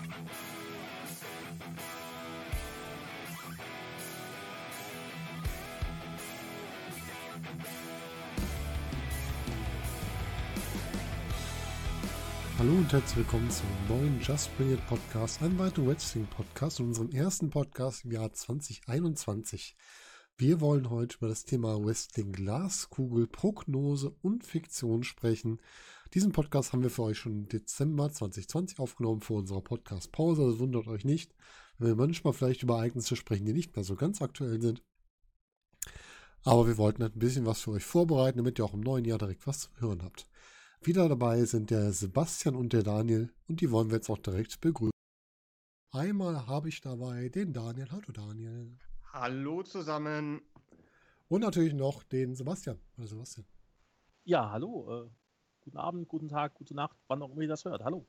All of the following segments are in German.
Hallo und herzlich willkommen zum neuen Just Bring It Podcast, einem weiteren Wrestling-Podcast und unserem ersten Podcast im Jahr 2021. Wir wollen heute über das Thema Wrestling, Glaskugel, Prognose und Fiktion sprechen. Diesen Podcast haben wir für euch schon im Dezember 2020 aufgenommen, vor unserer Podcast-Pause, also wundert euch nicht, wenn wir manchmal vielleicht über Ereignisse sprechen, die nicht mehr so ganz aktuell sind. Aber wir wollten halt ein bisschen was für euch vorbereiten, damit ihr auch im neuen Jahr direkt was zu hören habt. Wieder dabei sind der Sebastian und der Daniel und die wollen wir jetzt auch direkt begrüßen. Einmal habe ich dabei den Daniel. Hallo Daniel. Hallo zusammen. Und natürlich noch den Sebastian. Hallo Sebastian. Ja, hallo. Guten Abend, guten Tag, gute Nacht, wann auch immer ihr das hört. Hallo.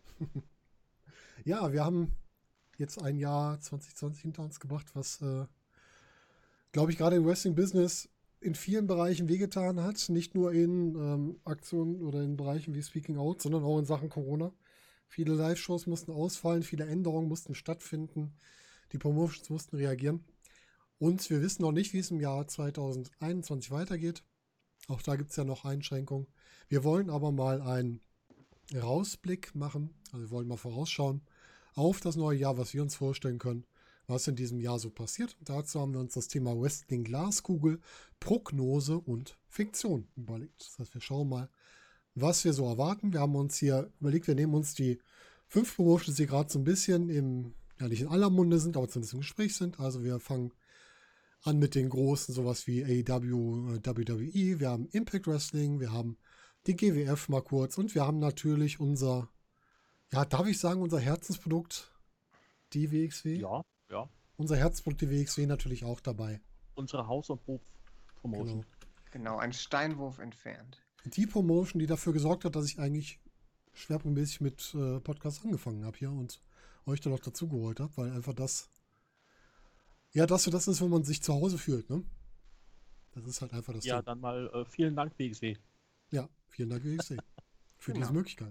Ja, wir haben jetzt ein Jahr 2020 hinter uns gebracht, was, glaube ich, gerade im Wrestling-Business in vielen Bereichen wehgetan hat. Nicht nur in Aktionen oder in Bereichen wie Speaking Out, sondern auch in Sachen Corona. Viele Live-Shows mussten ausfallen, viele Änderungen mussten stattfinden. Die Promotions mussten reagieren. Und wir wissen noch nicht, wie es im Jahr 2021 weitergeht. Auch da gibt es ja noch Einschränkungen. Wir wollen aber mal einen Rausblick machen. Also wir wollen mal vorausschauen auf das neue Jahr, was wir uns vorstellen können, was in diesem Jahr so passiert. Und dazu haben wir uns das Thema Wrestling, Glaskugel, Prognose und Fiktion überlegt. Das heißt, wir schauen mal, was wir so erwarten. Wir haben uns hier überlegt, wir nehmen uns die 5 Promotions, die gerade so ein bisschen nicht in aller Munde sind, aber zumindest im Gespräch sind. Also wir fangen an mit den großen, sowas wie AEW, WWE, wir haben Impact Wrestling, wir haben die GWF mal kurz und wir haben natürlich unser, darf ich sagen, unser Herzensprodukt, die WXW? Ja. Unser Herzensprodukt, die WXW, natürlich auch dabei. Unsere Haus- und Hof-Promotion. Genau, ein Steinwurf entfernt. Die Promotion, die dafür gesorgt hat, dass ich eigentlich schwerpunktmäßig mit Podcasts angefangen habe hier und euch dann noch dazugeholt habe, weil einfach das ist, wo man sich zu Hause fühlt, ne? Das ist halt einfach das Ja, Ding. dann mal vielen Dank, WXW. Ja, vielen Dank, WXW, für Genau. diese Möglichkeit.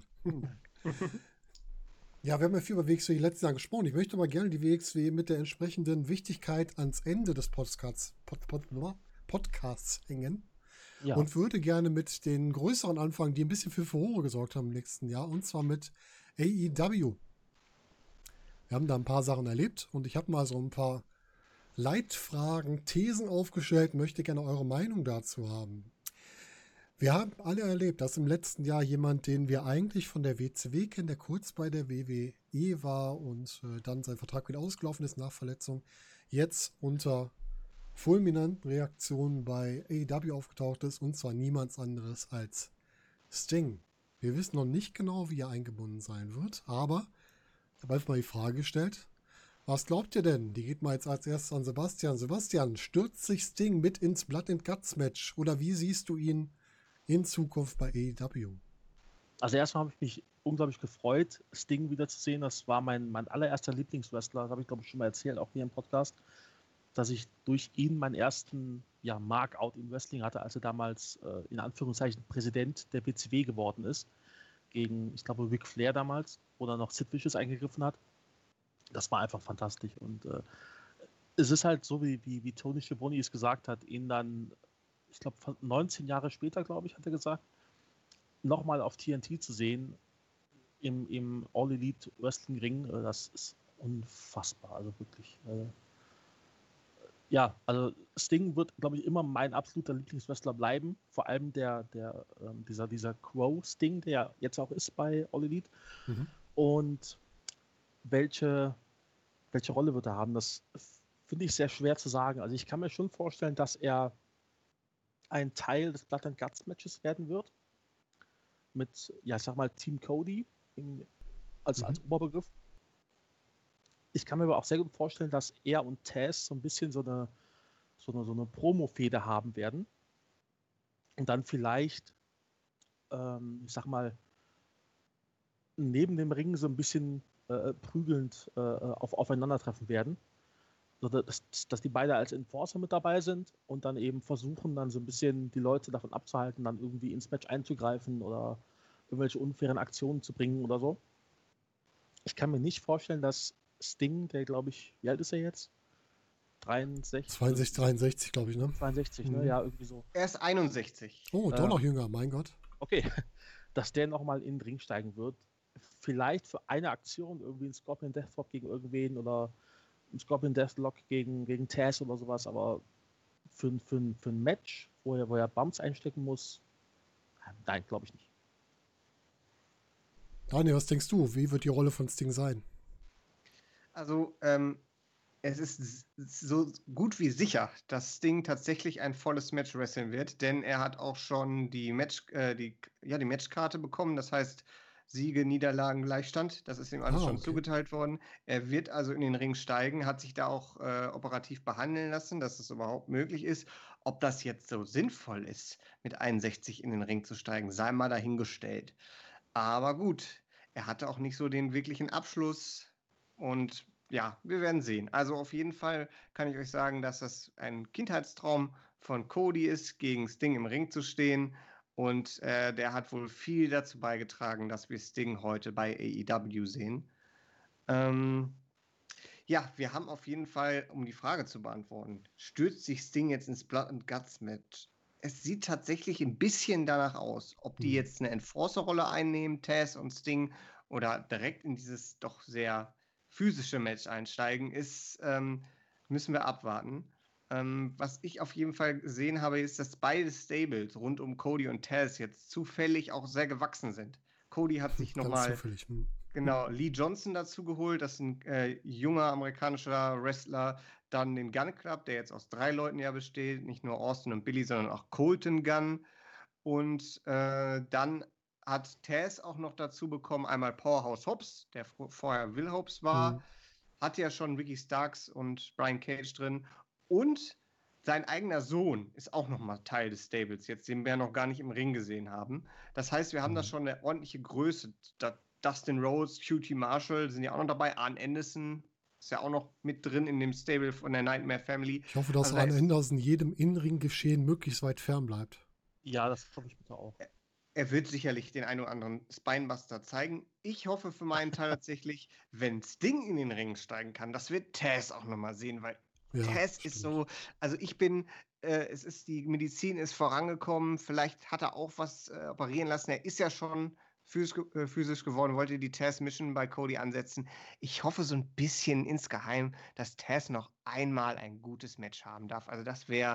Ja, wir haben ja viel über WXW die letzten Jahre gesprochen. Ich möchte aber gerne die WXW mit der entsprechenden Wichtigkeit ans Ende des Podcasts hängen. Ja. Und würde gerne mit den größeren anfangen, die ein bisschen für Furore gesorgt haben im nächsten Jahr, und zwar mit AEW. Wir haben da ein paar Sachen erlebt und ich habe mal so ein paar Leitfragen, Thesen aufgestellt, möchte gerne eure Meinung dazu haben. Wir haben alle erlebt, dass im letzten Jahr jemand, den wir eigentlich von der WCW kennen, der kurz bei der WWE war und dann sein Vertrag wieder ausgelaufen ist nach Verletzung, jetzt unter fulminanten Reaktionen bei AEW aufgetaucht ist, und zwar niemand anderes als Sting. Wir wissen noch nicht genau, wie er eingebunden sein wird, aber ich habe einfach mal die Frage gestellt, was glaubt ihr denn? Die geht mal jetzt als erstes an Sebastian. Sebastian, stürzt sich Sting mit ins Blood and Guts Match oder wie siehst du ihn in Zukunft bei AEW? Also erstmal habe ich mich unglaublich gefreut, Sting wiederzusehen. Das war mein allererster Lieblingswrestler, das habe ich glaube ich schon mal erzählt, auch hier im Podcast, dass ich durch ihn meinen ersten Markout im Wrestling hatte, als er damals in Anführungszeichen Präsident der WCW geworden ist, gegen, ich glaube, Ric Flair damals, wo er noch Sid Vicious eingegriffen hat. Das war einfach fantastisch und es ist halt so, wie Tony Schiavone es gesagt hat, ihn dann, ich glaube 19 Jahre später, glaube ich, hat er gesagt, nochmal auf TNT zu sehen im All Elite Wrestling Ring, das ist unfassbar, also wirklich. Also Sting wird, glaube ich, immer mein absoluter Lieblingswrestler bleiben, vor allem dieser Crow Sting, der jetzt auch ist bei All Elite. Mhm. Und welche Rolle wird er haben, das finde ich sehr schwer zu sagen. Also ich kann mir schon vorstellen, dass er ein Teil des Blood and Guts Matches werden wird. Mit, ich sag mal, Team Cody als Oberbegriff. Ich kann mir aber auch sehr gut vorstellen, dass er und Taz so ein bisschen so eine Promo-Fehde haben werden. Und dann vielleicht, ich sag mal, neben dem Ring so ein bisschen prügelnd aufeinandertreffen werden. So, dass die beide als Enforcer mit dabei sind und dann eben versuchen, dann so ein bisschen die Leute davon abzuhalten, dann irgendwie ins Match einzugreifen oder irgendwelche unfairen Aktionen zu bringen oder so. Ich kann mir nicht vorstellen, dass Sting, der glaube ich, wie alt ist er jetzt? 63? 62, 63, glaube ich, ne? 62, ne? Mhm. Ja, irgendwie so. Er ist 61. Oh, doch noch jünger, mein Gott. Okay, dass der nochmal in den Ring steigen wird. Vielleicht für eine Aktion, irgendwie ein Scorpion Deathlock gegen irgendwen oder ein Scorpion Deathlock gegen Taz oder sowas, aber für ein Match, wo er Bumps einstecken muss, nein, glaube ich nicht. Daniel, was denkst du? Wie wird die Rolle von Sting sein? Also, es ist so gut wie sicher, dass Sting tatsächlich ein volles Match wresteln wird, denn er hat auch schon die Matchkarte bekommen. Das heißt, Siege, Niederlagen, Gleichstand. Das ist ihm alles schon Okay. zugeteilt worden. Er wird also in den Ring steigen, hat sich da auch operativ behandeln lassen, dass es überhaupt möglich ist. Ob das jetzt so sinnvoll ist, mit 61 in den Ring zu steigen, sei mal dahingestellt. Aber gut, er hatte auch nicht so den wirklichen Abschluss und ja, wir werden sehen. Also auf jeden Fall kann ich euch sagen, dass das ein Kindheitstraum von Cody ist, gegen Sting im Ring zu stehen. Und der hat wohl viel dazu beigetragen, dass wir Sting heute bei AEW sehen. Ja, wir haben auf jeden Fall, um die Frage zu beantworten, stürzt sich Sting jetzt ins Blood and Guts Match? Es sieht tatsächlich ein bisschen danach aus, ob die jetzt eine Enforcer-Rolle einnehmen, Taz und Sting, oder direkt in dieses doch sehr physische Match einsteigen, müssen wir abwarten. Was ich auf jeden Fall gesehen habe, ist, dass beide Stables rund um Cody und Taz jetzt zufällig auch sehr gewachsen sind. Cody hat sich Ganz nochmal zufällig. genau Lee Johnson dazu geholt, das ist ein junger amerikanischer Wrestler. Dann den Gun Club, der jetzt aus 3 Leuten ja besteht, nicht nur Austin und Billy, sondern auch Colton Gunn. Und dann hat Taz auch noch dazu bekommen, einmal Powerhouse Hobbs, der vorher Will Hobbs war, hat ja schon Ricky Starks und Brian Cage drin. Und sein eigener Sohn ist auch nochmal Teil des Stables, jetzt den wir noch gar nicht im Ring gesehen haben. Das heißt, wir haben da schon eine ordentliche Größe. Dustin Rhodes, QT Marshall sind ja auch noch dabei. Arn Anderson ist ja auch noch mit drin in dem Stable von der Nightmare Family. Ich hoffe, dass Also Arn Anderson jedem In-Ring-Geschehen möglichst weit fern bleibt. Ja, das hoffe ich bitte auch. Er wird sicherlich den einen oder anderen Spinebuster zeigen. Ich hoffe für meinen Teil tatsächlich, wenn Sting in den Ring steigen kann, das wird Taz auch nochmal sehen, weil Ja, Taz ist so, also die Medizin ist vorangekommen, vielleicht hat er auch was operieren lassen, er ist ja schon physisch geworden, wollte die Taz-Mission bei Cody ansetzen. Ich hoffe so ein bisschen insgeheim, dass Taz noch einmal ein gutes Match haben darf. Also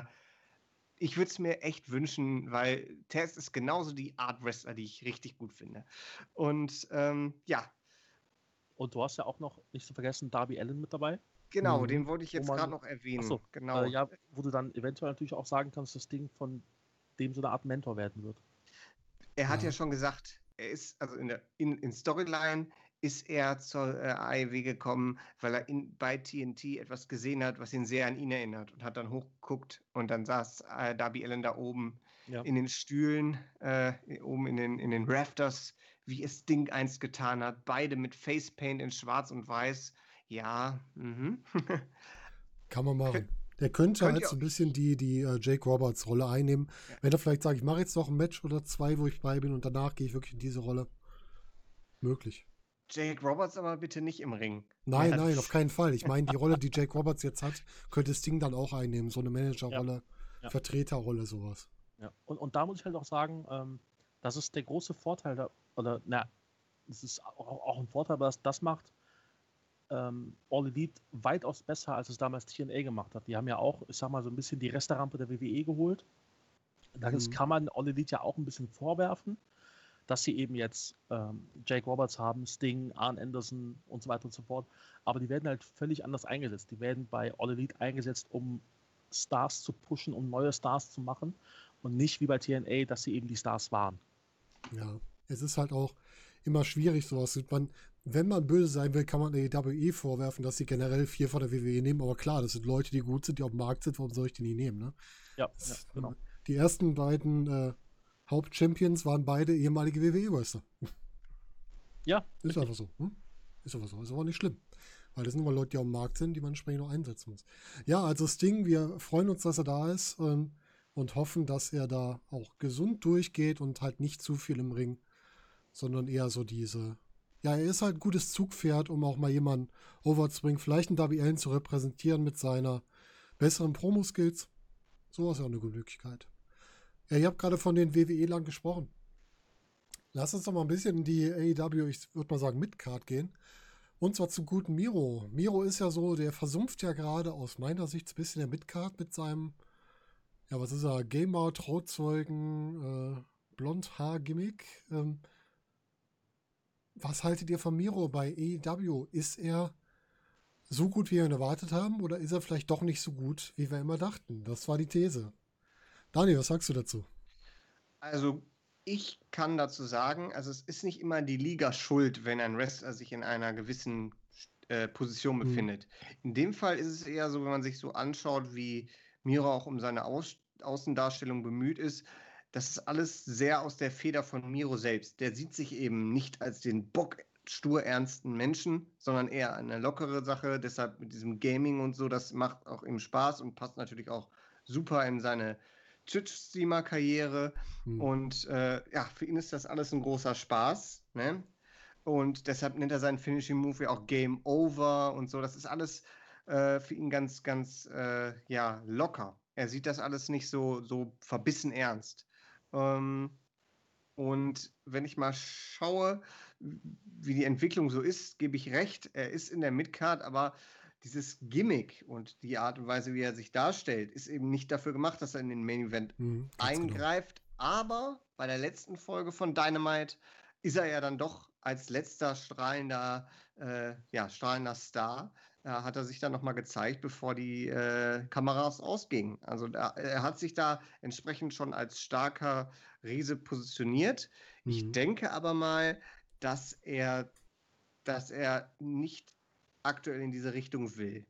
ich würde es mir echt wünschen, weil Taz ist genauso die Art Wrestler, die ich richtig gut finde. Und ja. Und du hast ja auch noch, nicht zu vergessen, Darby Allin mit dabei. Genau, den wollte ich jetzt gerade noch erwähnen. Achso, genau. Ja, wo du dann eventuell natürlich auch sagen kannst, dass das Ding von dem so eine Art Mentor werden wird. Er hat ja schon gesagt, er ist, also in Storyline ist er zur AEW gekommen, weil er bei TNT etwas gesehen hat, was ihn sehr an ihn erinnert und hat dann hochgeguckt und dann saß Darby Allin da oben in den Stühlen, oben in den Rafters, wie es Sting einst getan hat, beide mit Facepaint in schwarz und weiß. Ja, Kann man machen. Der könnte halt so ein bisschen die Jake Roberts Rolle einnehmen. Ja. Wenn er vielleicht sagt, ich mache jetzt noch ein Match oder 2, wo ich bei bin und danach gehe ich wirklich in diese Rolle. Möglich. Jake Roberts aber bitte nicht im Ring. Nein, auf keinen Fall. Ich meine, die Rolle, die Jake Roberts jetzt hat, könnte Sting dann auch einnehmen. So eine Managerrolle, Vertreterrolle, sowas. Ja, und da muss ich halt auch sagen, das ist der große Vorteil, das ist auch ein Vorteil, was das macht, All Elite weitaus besser, als es damals TNA gemacht hat. Die haben ja auch, ich sag mal, so ein bisschen die Resterampe der WWE geholt. Das kann man All Elite ja auch ein bisschen vorwerfen, dass sie eben jetzt Jake Roberts haben, Sting, Arn Anderson und so weiter und so fort. Aber die werden halt völlig anders eingesetzt. Die werden bei All Elite eingesetzt, um Stars zu pushen, um neue Stars zu machen und nicht wie bei TNA, dass sie eben die Stars waren. Ja, es ist halt auch immer schwierig, sowas. Wenn man böse sein will, kann man der AEW vorwerfen, dass sie generell 4 von der WWE nehmen. Aber klar, das sind Leute, die gut sind, die auf dem Markt sind. Warum soll ich die nie nehmen? Ne? Ja, genau. Die ersten beiden Hauptchampions waren beide ehemalige WWE-Wrestler. Ja. Ist einfach so. Ist einfach so. Ist aber nicht schlimm. Weil das sind immer Leute, die auf dem Markt sind, die man entsprechend noch einsetzen muss. Ja, also Sting, wir freuen uns, dass er da ist und hoffen, dass er da auch gesund durchgeht und halt nicht zu viel im Ring, sondern eher so diese ja, er ist halt ein gutes Zugpferd, um auch mal jemanden overzubringen, vielleicht einen Darby Allin zu repräsentieren mit seiner besseren Promo-Skills. Sowas ist auch eine gute Möglichkeit. Ja, ihr habt gerade von den WWE-Lern gesprochen. Lass uns doch mal ein bisschen in die AEW, ich würde mal sagen, Midcard gehen. Und zwar zum guten Miro. Miro ist ja so, der versumpft ja gerade aus meiner Sicht ein bisschen der Midcard mit seinem, ja, was ist er, Gamer, Trauzeugen, Blondhaar-Gimmick. Was haltet ihr von Miro bei AEW? Ist er so gut, wie wir ihn erwartet haben, oder ist er vielleicht doch nicht so gut, wie wir immer dachten? Das war die These. Daniel, was sagst du dazu? Also ich kann dazu sagen, also es ist nicht immer die Liga schuld, wenn ein Wrestler sich in einer gewissen Position befindet. In dem Fall ist es eher so, wenn man sich so anschaut, wie Miro auch um seine Außendarstellung bemüht ist, das ist alles sehr aus der Feder von Miro selbst. Der sieht sich eben nicht als den bockstur ernsten Menschen, sondern eher eine lockere Sache. Deshalb mit diesem Gaming und so, das macht auch ihm Spaß und passt natürlich auch super in seine Twitch-Streamer-Karriere. Und ja, für ihn ist das alles ein großer Spaß. Ne? Und deshalb nennt er seinen Finishing Move ja auch Game Over und so. Das ist alles für ihn ganz, ganz ja, locker. Er sieht das alles nicht so verbissen ernst. Und wenn ich mal schaue, wie die Entwicklung so ist, gebe ich recht. Er ist in der Midcard, aber dieses Gimmick und die Art und Weise, wie er sich darstellt, ist eben nicht dafür gemacht, dass er in den Main Event eingreift. Genau. Aber bei der letzten Folge von Dynamite ist er ja dann doch als letzter strahlender Star, hat er sich dann nochmal gezeigt, bevor die Kameras ausgingen. Also er hat sich da entsprechend schon als starker Riese positioniert. Ich denke aber mal, dass er nicht aktuell in diese Richtung will.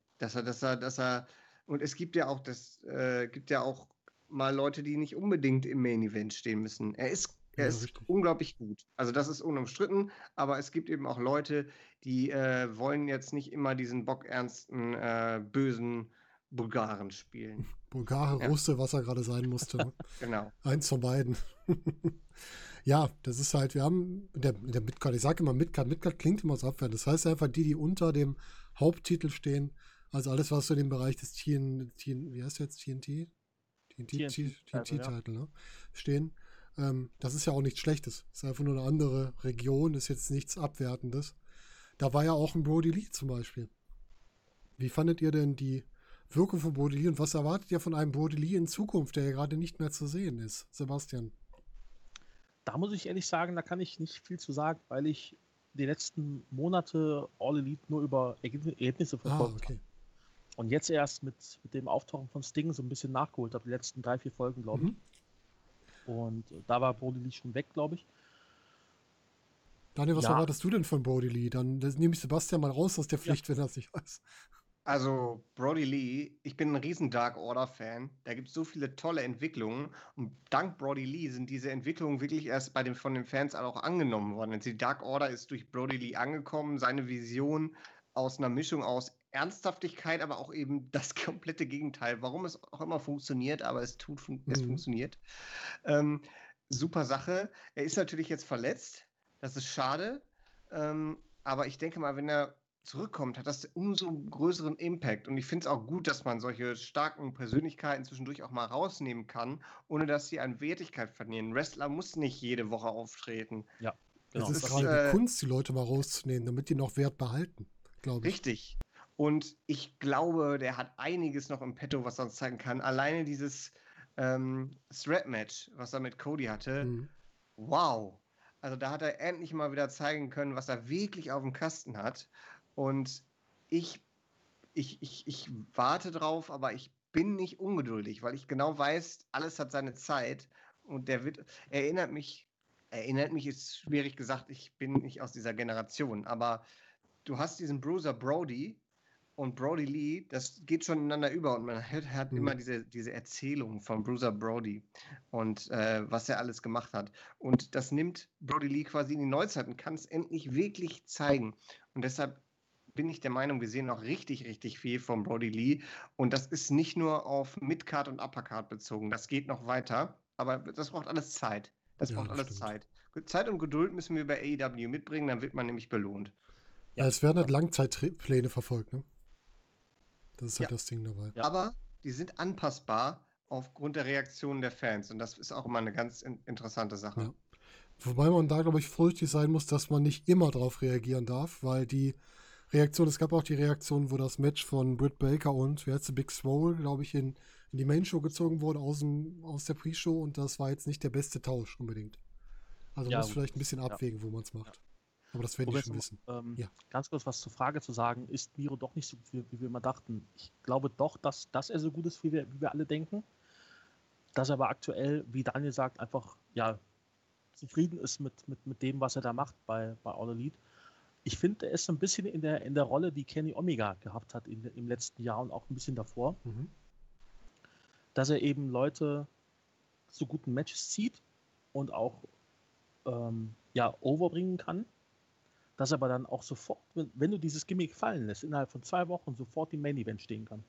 Und es gibt ja auch mal Leute, die nicht unbedingt im Main Event stehen müssen. Er ist unglaublich gut. Also das ist unumstritten, aber es gibt eben auch Leute, die wollen jetzt nicht immer diesen bockernsten, bösen Bulgaren spielen. Bulgare, Russe, was er gerade sein musste. Genau. Eins von beiden. Ja, das ist halt, wir haben in der Midcard, ich sage immer Midcard klingt immer so abwertend. Das heißt einfach die unter dem Haupttitel stehen, also alles, was so in dem Bereich des wie heißt jetzt TNT? TNT-Titel, ne? Stehen. Das ist ja auch nichts Schlechtes. Das ist einfach nur eine andere Region, ist jetzt nichts Abwertendes. Da war ja auch ein Brody Lee zum Beispiel. Wie fandet ihr denn die Wirkung von Brody Lee und was erwartet ihr von einem Brody Lee in Zukunft, der ja gerade nicht mehr zu sehen ist? Sebastian? Da muss ich ehrlich sagen, da kann ich nicht viel zu sagen, weil ich die letzten Monate All Elite nur über Ergebnisse verfolgt habe. Und jetzt erst mit dem Auftauchen von Sting so ein bisschen nachgeholt habe, die letzten 3-4 Folgen, glaube ich. Und da war Brody Lee schon weg, glaube ich. Daniel, was erwartest du denn von Brody Lee? Dann nehme ich Sebastian mal raus aus der Pflicht, wenn er es nicht weiß. Also Brody Lee, ich bin ein riesen Dark Order-Fan. Da gibt es so viele tolle Entwicklungen. Und dank Brody Lee sind diese Entwicklungen wirklich erst von den Fans auch angenommen worden. Die Dark Order ist durch Brody Lee angekommen. Seine Vision aus einer Mischung aus Ernsthaftigkeit, aber auch eben das komplette Gegenteil. Warum es auch immer funktioniert, aber es funktioniert. Super Sache. Er ist natürlich jetzt verletzt. Das ist schade. Aber ich denke mal, wenn er zurückkommt, hat das umso größeren Impact. Und ich finde es auch gut, dass man solche starken Persönlichkeiten zwischendurch auch mal rausnehmen kann, ohne dass sie an Wertigkeit verlieren. Ein Wrestler muss nicht jede Woche auftreten. Ja, genau. Es ist gerade die Kunst, die Leute mal rauszunehmen, damit die noch Wert behalten, glaube ich. Richtig. Und ich glaube, der hat einiges noch im Petto, was er uns zeigen kann. Alleine dieses Threat-Match, was er mit Cody hatte, wow. Also da hat er endlich mal wieder zeigen können, was er wirklich auf dem Kasten hat. Und ich warte drauf, aber ich bin nicht ungeduldig, weil ich genau weiß, alles hat seine Zeit. Und erinnert mich ist schwierig gesagt, ich bin nicht aus dieser Generation, aber du hast diesen Bruiser Brody und Brody Lee, das geht schon ineinander über und man hat immer diese Erzählung von Bruiser Brody und was er alles gemacht hat. Und das nimmt Brody Lee quasi in die Neuzeit und kann es endlich wirklich zeigen. Und deshalb bin ich der Meinung, wir sehen noch richtig, richtig viel von Brody Lee. Und das ist nicht nur auf Midcard und Uppercard bezogen. Das geht noch weiter. Aber das braucht alles Zeit. Das braucht alles Zeit. Zeit und Geduld müssen wir bei AEW mitbringen, dann wird man nämlich belohnt. Ja, es werden halt Langzeitpläne verfolgt, ne? Das ist halt Ja. das Ding dabei. Ja. Aber die sind anpassbar aufgrund der Reaktionen der Fans. Und das ist auch immer eine ganz interessante Sache. Ja. Wobei man da, glaube ich, vorsichtig sein muss, dass man nicht immer drauf reagieren darf, weil die Reaktion, es gab auch die Reaktion, wo das Match von Britt Baker und, wer jetzt Big Swole, glaube ich, in die Main-Show gezogen wurde aus der Pre-Show, und das war jetzt nicht der beste Tausch unbedingt. Also Ja, man muss vielleicht ein bisschen abwägen, wo man es macht. Aber das werden die schon wissen. Ja. Ganz kurz was zur Frage zu sagen, ist Miro doch nicht so gut, wie wir immer dachten. Ich glaube doch, dass er so gut ist, wie wir alle denken. Dass er aber aktuell, wie Daniel sagt, einfach zufrieden ist mit dem, was er da macht bei All Elite. Ich finde, er ist so ein bisschen in der Rolle, die Kenny Omega gehabt hat im letzten Jahr und auch ein bisschen davor. Dass er eben Leute zu guten Matches zieht und auch overbringen kann. Dass er aber dann auch sofort, wenn du dieses Gimmick fallen lässt, innerhalb von 2 Wochen sofort im Main Event stehen kann.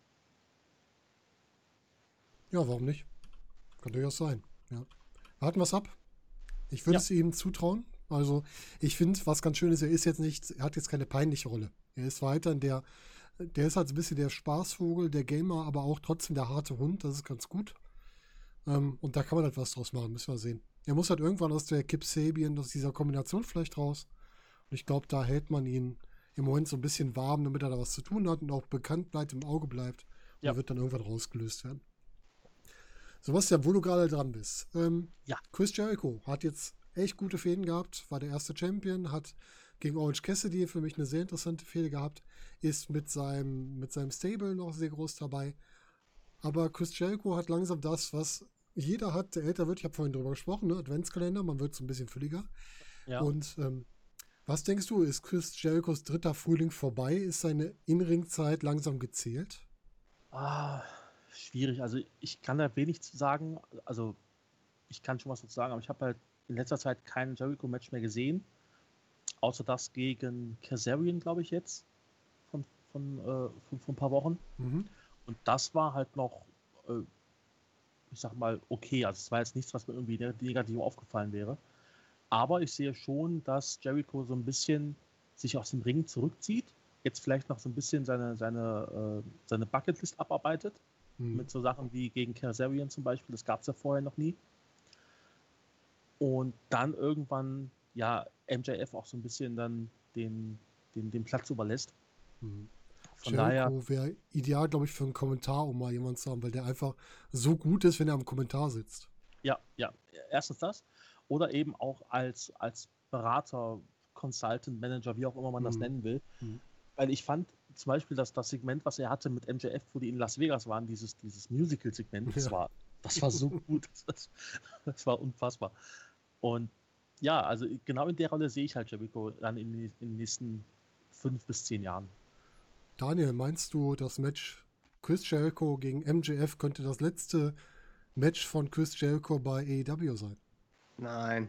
Ja, warum nicht? Kann durchaus sein. Ja. Warten wir es ab. Ich würde es ihm zutrauen. Also, ich finde, was ganz schön ist, er hat jetzt keine peinliche Rolle. Er ist weiterhin der ist halt ein bisschen der Spaßvogel, der Gamer, aber auch trotzdem der harte Hund. Das ist ganz gut. Und da kann man halt was draus machen, müssen wir sehen. Er muss halt irgendwann aus der Kip Sabian, aus dieser Kombination vielleicht raus. Und ich glaube, da hält man ihn im Moment so ein bisschen warm, damit er da was zu tun hat und auch bekannt bleibt, im Auge bleibt. Und er wird dann irgendwann rausgelöst werden. Sebastian, wo du gerade dran bist. Chris Jericho hat jetzt echt gute Fäden gehabt, war der erste Champion, hat gegen Orange Cassidy für mich eine sehr interessante Fehde gehabt, ist mit seinem Stable noch sehr groß dabei. Aber Chris Jericho hat langsam das, was jeder hat, der älter wird. Ich habe vorhin drüber gesprochen, ne? Adventskalender, man wird so ein bisschen fülliger. Ja. Und was denkst du, ist Chris Jerichos 3. Frühling vorbei? Ist seine In-Ring-Zeit langsam gezählt? Schwierig. Also ich kann da wenig zu sagen. Also ich kann schon was dazu sagen, aber ich habe halt in letzter Zeit kein Jericho-Match mehr gesehen. Außer das gegen Kazarian, glaube ich, jetzt. Von ein paar Wochen. Und das war halt noch, ich sag mal, okay. Also es war jetzt nichts, was mir irgendwie negativ aufgefallen wäre. Aber ich sehe schon, dass Jericho so ein bisschen sich aus dem Ring zurückzieht. Jetzt vielleicht noch so ein bisschen seine Bucketlist abarbeitet. Mit so Sachen wie gegen Kazarian zum Beispiel. Das gab es ja vorher noch nie. Und dann irgendwann, MJF auch so ein bisschen dann den Platz überlässt. Von Jericho wäre ideal, glaube ich, für einen Kommentar, um mal jemanden zu haben, weil der einfach so gut ist, wenn er am Kommentar sitzt. Ja. Erstens das. Oder eben auch als Berater, Consultant, Manager, wie auch immer man das nennen will. Weil ich fand zum Beispiel, dass das Segment, was er hatte mit MJF, wo die in Las Vegas waren, dieses Musical-Segment, das war so gut. Das war unfassbar. Und ja, also genau in der Rolle sehe ich halt Jericho dann in den nächsten 5 bis 10 Jahren. Daniel, meinst du, das Match Chris Jericho gegen MJF könnte das letzte Match von Chris Jericho bei AEW sein? Nein.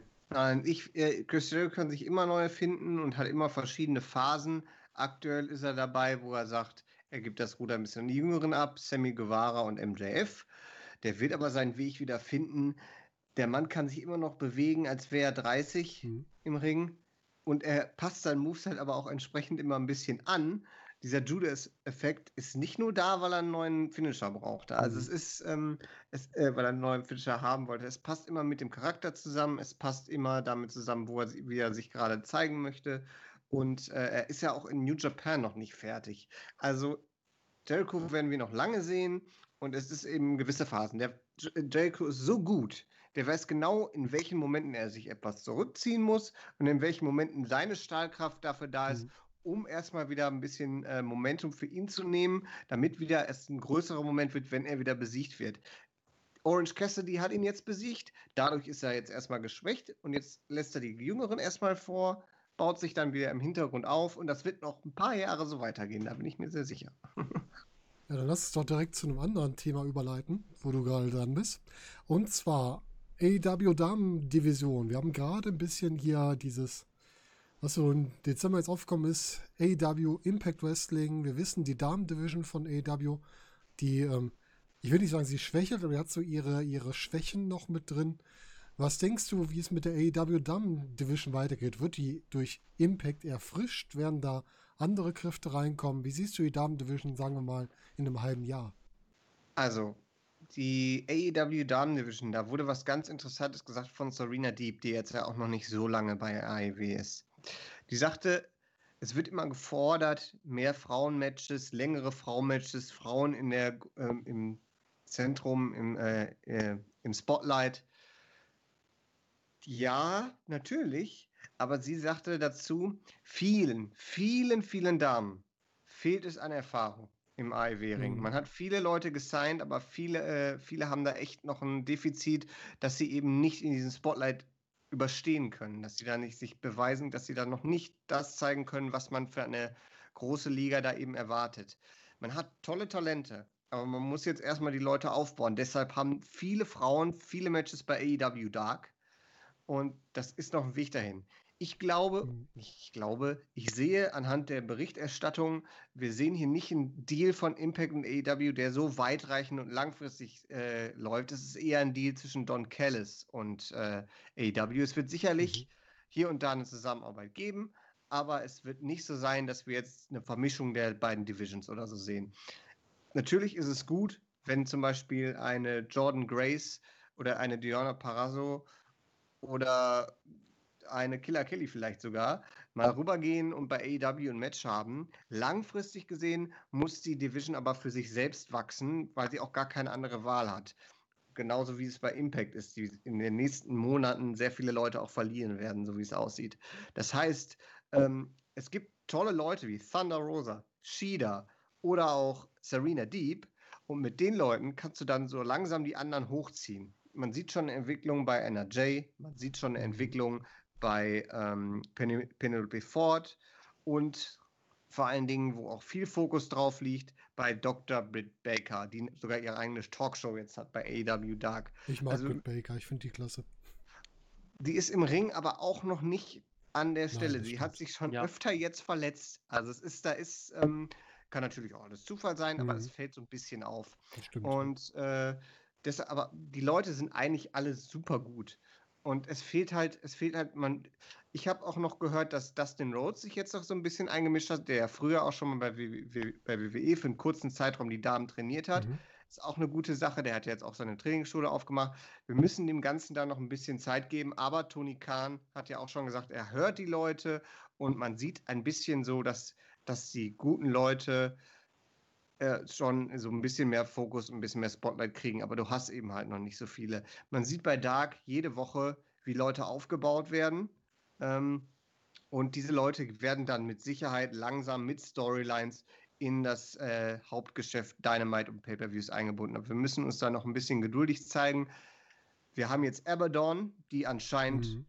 Chris Jericho kann sich immer neu erfinden und hat immer verschiedene Phasen. Aktuell ist er dabei, wo er sagt, er gibt das Ruder ein bisschen an die Jüngeren ab, Sammy Guevara und MJF. Der wird aber seinen Weg wieder finden. Der Mann kann sich immer noch bewegen, als wäre er 30 im Ring. Und er passt seinen Moveset aber auch entsprechend immer ein bisschen an. Dieser Judas-Effekt ist nicht nur da, weil er einen neuen Finisher brauchte. Also es ist, weil er einen neuen Finisher haben wollte. Es passt immer mit dem Charakter zusammen. Es passt immer damit zusammen, wie er sich gerade zeigen möchte. Und er ist ja auch in New Japan noch nicht fertig. Also Jericho werden wir noch lange sehen. Und es ist eben gewisse Phasen. Der Jericho ist so gut. Der weiß genau, in welchen Momenten er sich etwas zurückziehen muss und in welchen Momenten seine Stahlkraft dafür da ist, um erstmal wieder ein bisschen Momentum für ihn zu nehmen, damit wieder erst ein größerer Moment wird, wenn er wieder besiegt wird. Orange Cassidy hat ihn jetzt besiegt, dadurch ist er jetzt erstmal geschwächt und jetzt lässt er die Jüngeren erstmal vor, baut sich dann wieder im Hintergrund auf und das wird noch ein paar Jahre so weitergehen, da bin ich mir sehr sicher. Ja, dann lass uns doch direkt zu einem anderen Thema überleiten, wo du gerade dran bist. Und zwar AEW Damen-Division. Wir haben gerade ein bisschen hier dieses, was so im Dezember jetzt aufgekommen ist, AEW Impact Wrestling. Wir wissen, die Damen-Division von AEW, die, ich will nicht sagen, sie schwächelt, aber die hat so ihre Schwächen noch mit drin, Was denkst du, wie es mit der AEW Damen Division weitergeht? Wird die durch Impact erfrischt? Werden da andere Kräfte reinkommen? Wie siehst du die Damen Division, sagen wir mal, in einem halben Jahr? Also, die AEW Damen Division, da wurde was ganz Interessantes gesagt von Serena Deeb, die jetzt ja auch noch nicht so lange bei AEW ist. Die sagte, es wird immer gefordert, mehr Frauenmatches, längere Frauenmatches, Frauen im Zentrum, im Spotlight. Ja, natürlich, aber sie sagte dazu, vielen, vielen, vielen Damen fehlt es an Erfahrung im AEW-Ring. Man hat viele Leute gesigned, aber viele haben da echt noch ein Defizit, dass sie eben nicht in diesem Spotlight überstehen können, dass sie da nicht sich beweisen, dass sie da noch nicht das zeigen können, was man für eine große Liga da eben erwartet. Man hat tolle Talente, aber man muss jetzt erstmal die Leute aufbauen. Deshalb haben viele Frauen viele Matches bei AEW Dark. Und das ist noch ein Weg dahin. Ich sehe anhand der Berichterstattung, wir sehen hier nicht einen Deal von Impact und AEW, der so weitreichend und langfristig läuft. Es ist eher ein Deal zwischen Don Callis und AEW. Es wird sicherlich hier und da eine Zusammenarbeit geben, aber es wird nicht so sein, dass wir jetzt eine Vermischung der beiden Divisions oder so sehen. Natürlich ist es gut, wenn zum Beispiel eine Jordan Grace oder eine Deonna Purrazzo oder eine Killer Kelly vielleicht sogar, mal rübergehen und bei AEW ein Match haben. Langfristig gesehen muss die Division aber für sich selbst wachsen, weil sie auch gar keine andere Wahl hat. Genauso wie es bei Impact ist, die in den nächsten Monaten sehr viele Leute auch verlieren werden, so wie es aussieht. Das heißt, es gibt tolle Leute wie Thunder Rosa, Shida oder auch Serena Deeb und mit den Leuten kannst du dann so langsam die anderen hochziehen. Man sieht schon eine Entwicklung bei NRJ, man sieht schon eine Entwicklung bei Penelope Ford und vor allen Dingen, wo auch viel Fokus drauf liegt, bei Dr. Britt Baker, die sogar ihre eigene Talkshow jetzt hat bei AEW Dark. Ich mag Britt Baker, ich finde die klasse. Die ist im Ring aber auch noch nicht an der Stelle. Nein, sie hat sich schon öfter jetzt verletzt. Also kann natürlich auch alles Zufall sein, aber es fällt so ein bisschen auf. Das stimmt. Und aber die Leute sind eigentlich alle super gut. Und es fehlt halt, ich habe auch noch gehört, dass Dustin Rhodes sich jetzt noch so ein bisschen eingemischt hat, der früher auch schon mal bei WWE für einen kurzen Zeitraum die Damen trainiert hat. Ist auch eine gute Sache, der hat jetzt auch seine Trainingsschule aufgemacht. Wir müssen dem Ganzen da noch ein bisschen Zeit geben, aber Tony Khan hat ja auch schon gesagt, er hört die Leute und man sieht ein bisschen so, dass die guten Leute schon so ein bisschen mehr Fokus, ein bisschen mehr Spotlight kriegen, aber du hast eben halt noch nicht so viele. Man sieht bei Dark jede Woche, wie Leute aufgebaut werden und diese Leute werden dann mit Sicherheit langsam mit Storylines in das Hauptgeschäft Dynamite und Pay-Per-Views eingebunden. Aber wir müssen uns da noch ein bisschen geduldig zeigen. Wir haben jetzt Abaddon, die anscheinend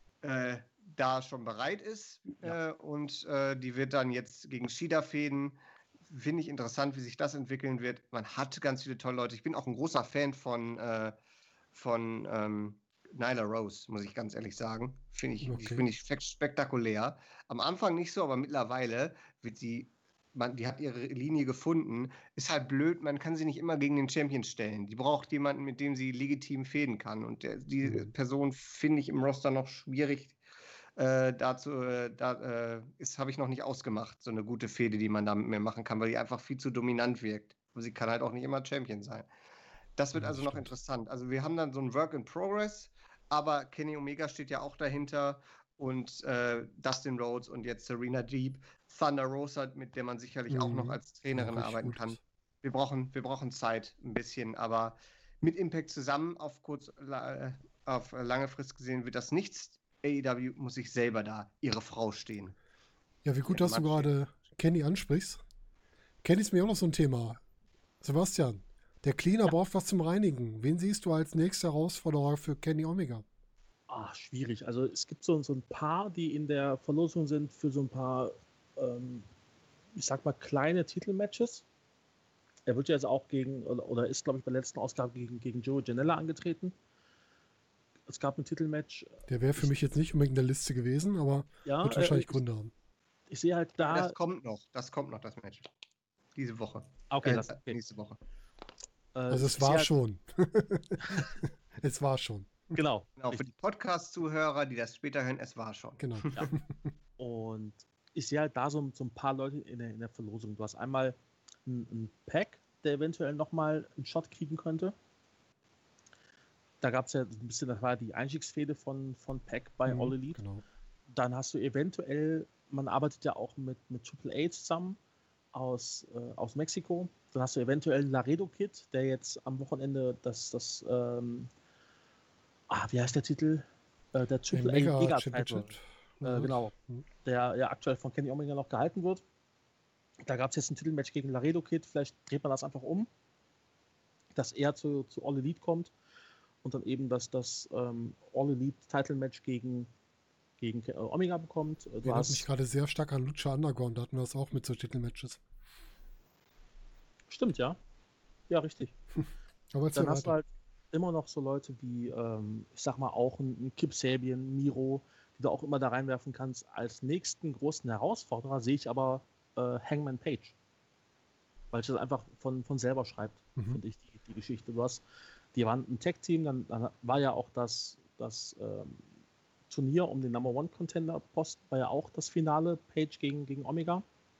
da schon bereit ist und die wird dann jetzt gegen Shida fäden. Finde ich interessant, wie sich das entwickeln wird. Man hat ganz viele tolle Leute. Ich bin auch ein großer Fan von Nyla Rose, muss ich ganz ehrlich sagen. Finde ich spektakulär. Am Anfang nicht so, aber mittlerweile wird die hat ihre Linie gefunden. Ist halt blöd, man kann sie nicht immer gegen den Champion stellen. Die braucht jemanden, mit dem sie legitim fäden kann. Und die Person finde ich im Roster noch schwierig. Habe ich noch nicht ausgemacht, so eine gute Fehde, die man da mit mir machen kann, weil die einfach viel zu dominant wirkt. Aber sie kann halt auch nicht immer Champion sein. Das wird also noch interessant. Also wir haben dann so ein Work in Progress, aber Kenny Omega steht ja auch dahinter und Dustin Rhodes und jetzt Serena Deeb, Thunder Rosa, mit der man sicherlich auch noch als Trainerin arbeiten kann. Wir brauchen Zeit ein bisschen, aber mit Impact zusammen auf lange Frist gesehen wird das nichts. AEW muss sich selber da ihre Frau stehen. Ja, wie gut, dass du gerade Kenny ansprichst. Kenny ist mir auch noch so ein Thema. Sebastian, der Cleaner braucht was zum Reinigen. Wen siehst du als nächste Herausforderer für Kenny Omega? Schwierig. Also es gibt so ein paar, die in der Verlosung sind für so ein paar, ich sag mal, kleine Titelmatches. Er wird ja jetzt auch oder ist, glaube ich, bei der letzten Ausgabe gegen Joey Janela angetreten. Es gab ein Titelmatch. Der wäre für mich jetzt nicht unbedingt in der Liste gewesen, aber wird wahrscheinlich Gründe haben. Ich sehe halt da... Das kommt noch, das Match. Diese Woche. Okay, nächste Woche. Also es war schon. Es war schon. Genau. Genau, für die Podcast-Zuhörer, die das später hören, es war schon. Genau. Ja. Und ich sehe halt da so ein paar Leute in der Verlosung. Du hast einmal einen Pack, der eventuell nochmal einen Shot kriegen könnte. Da gab es ja ein bisschen, das war die Einstiegsfehde von Pack bei All Elite. Genau. Dann hast du eventuell, man arbeitet ja auch mit Triple A zusammen aus Mexiko. Dann hast du eventuell einen Laredo Kid, der jetzt am Wochenende wie heißt der Titel? Der Triple A Mega Title. Genau. Der ja aktuell von Kenny Omega noch gehalten wird. Da gab es jetzt ein Titelmatch gegen Laredo Kid. Vielleicht dreht man das einfach um, dass er zu All Elite kommt und dann eben das All Elite Title Match gegen Omega bekommt. Du hast mich gerade sehr stark an Lucha Underground, da hatten wir das auch mit so Titelmatches. Stimmt, ja. Ja, richtig. Aber dann hast du halt immer noch so Leute wie, ich sag mal, auch ein Kip Sabian, Miro, die du auch immer da reinwerfen kannst. Als nächsten großen Herausforderer sehe ich aber Hangman Page. Weil es das einfach von selber schreibt, finde ich, die Geschichte. Die waren ein Tag-Team, dann war ja auch das Turnier um den Number One Contender Post, war ja auch das Finale, Page gegen Omega.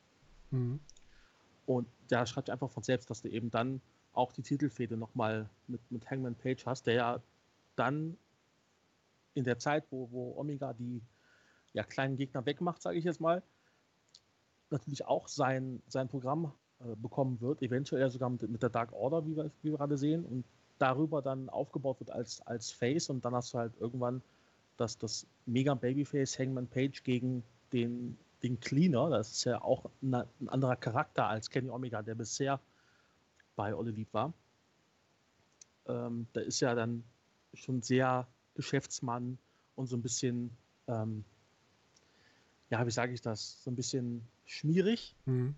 Und da schreibt einfach von selbst, dass du eben dann auch die Titelfehde nochmal mit Hangman Page hast, der ja dann in der Zeit, wo Omega die kleinen Gegner wegmacht, sage ich jetzt mal, natürlich auch sein Programm bekommen wird, eventuell sogar mit der Dark Order, wie wir gerade sehen, und darüber dann aufgebaut wird als Face, und dann hast du halt irgendwann das Mega Babyface Hangman Page gegen den Cleaner. Das ist ja auch ein anderer Charakter als Kenny Omega, der bisher bei All Elite war. Da ist ja dann schon sehr Geschäftsmann und so ein bisschen, wie sage ich das, so ein bisschen schmierig.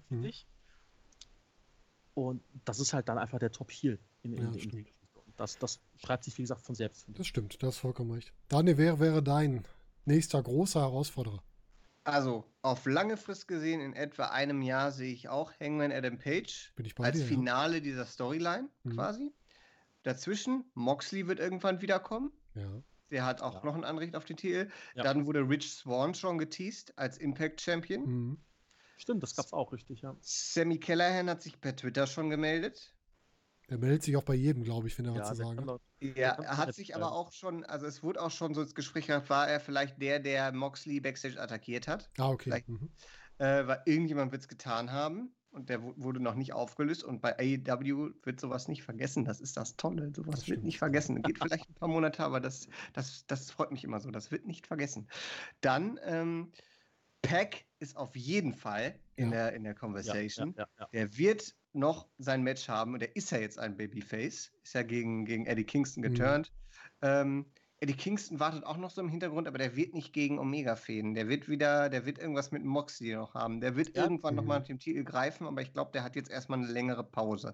Und das ist halt dann einfach der Top-Heel in der Geschichte. Das schreibt sich, wie gesagt, von selbst. Das stimmt, das ist vollkommen recht. Daniel, wer wäre dein nächster großer Herausforderer? Also, auf lange Frist gesehen, in etwa einem Jahr, sehe ich auch Hangman Adam Page als Finale dieser Storyline quasi. Dazwischen, Moxley wird irgendwann wiederkommen. Ja. Der hat auch noch ein Anrecht auf den Titel. Ja. Dann wurde Rich Swann schon geteased als Impact Champion. Stimmt, das gab's auch richtig, ja. Sammy Callahan hat sich per Twitter schon gemeldet. Der meldet sich auch bei jedem, glaube ich, wenn er was zu sagen hat. Ja, er hat sich aber auch schon, also es wurde auch schon so ins Gespräch gehabt, war er vielleicht der Moxley Backstage attackiert hat. Ah, okay. Weil irgendjemand wird es getan haben und der wurde noch nicht aufgelöst, und bei AEW wird sowas nicht vergessen. Das ist das Tolle, sowas wird nicht vergessen. Geht vielleicht ein paar Monate, aber das freut mich immer so, das wird nicht vergessen. Dann, Pac ist auf jeden Fall in der Conversation. Der wird noch sein Match haben, und der ist ja jetzt ein Babyface, ist ja gegen Eddie Kingston geturnt. Eddie Kingston wartet auch noch so im Hintergrund, aber der wird nicht gegen Omega fäden. Der wird irgendwas mit Moxley noch haben. Der wird irgendwann nochmal mit dem Titel greifen, aber ich glaube, der hat jetzt erstmal eine längere Pause.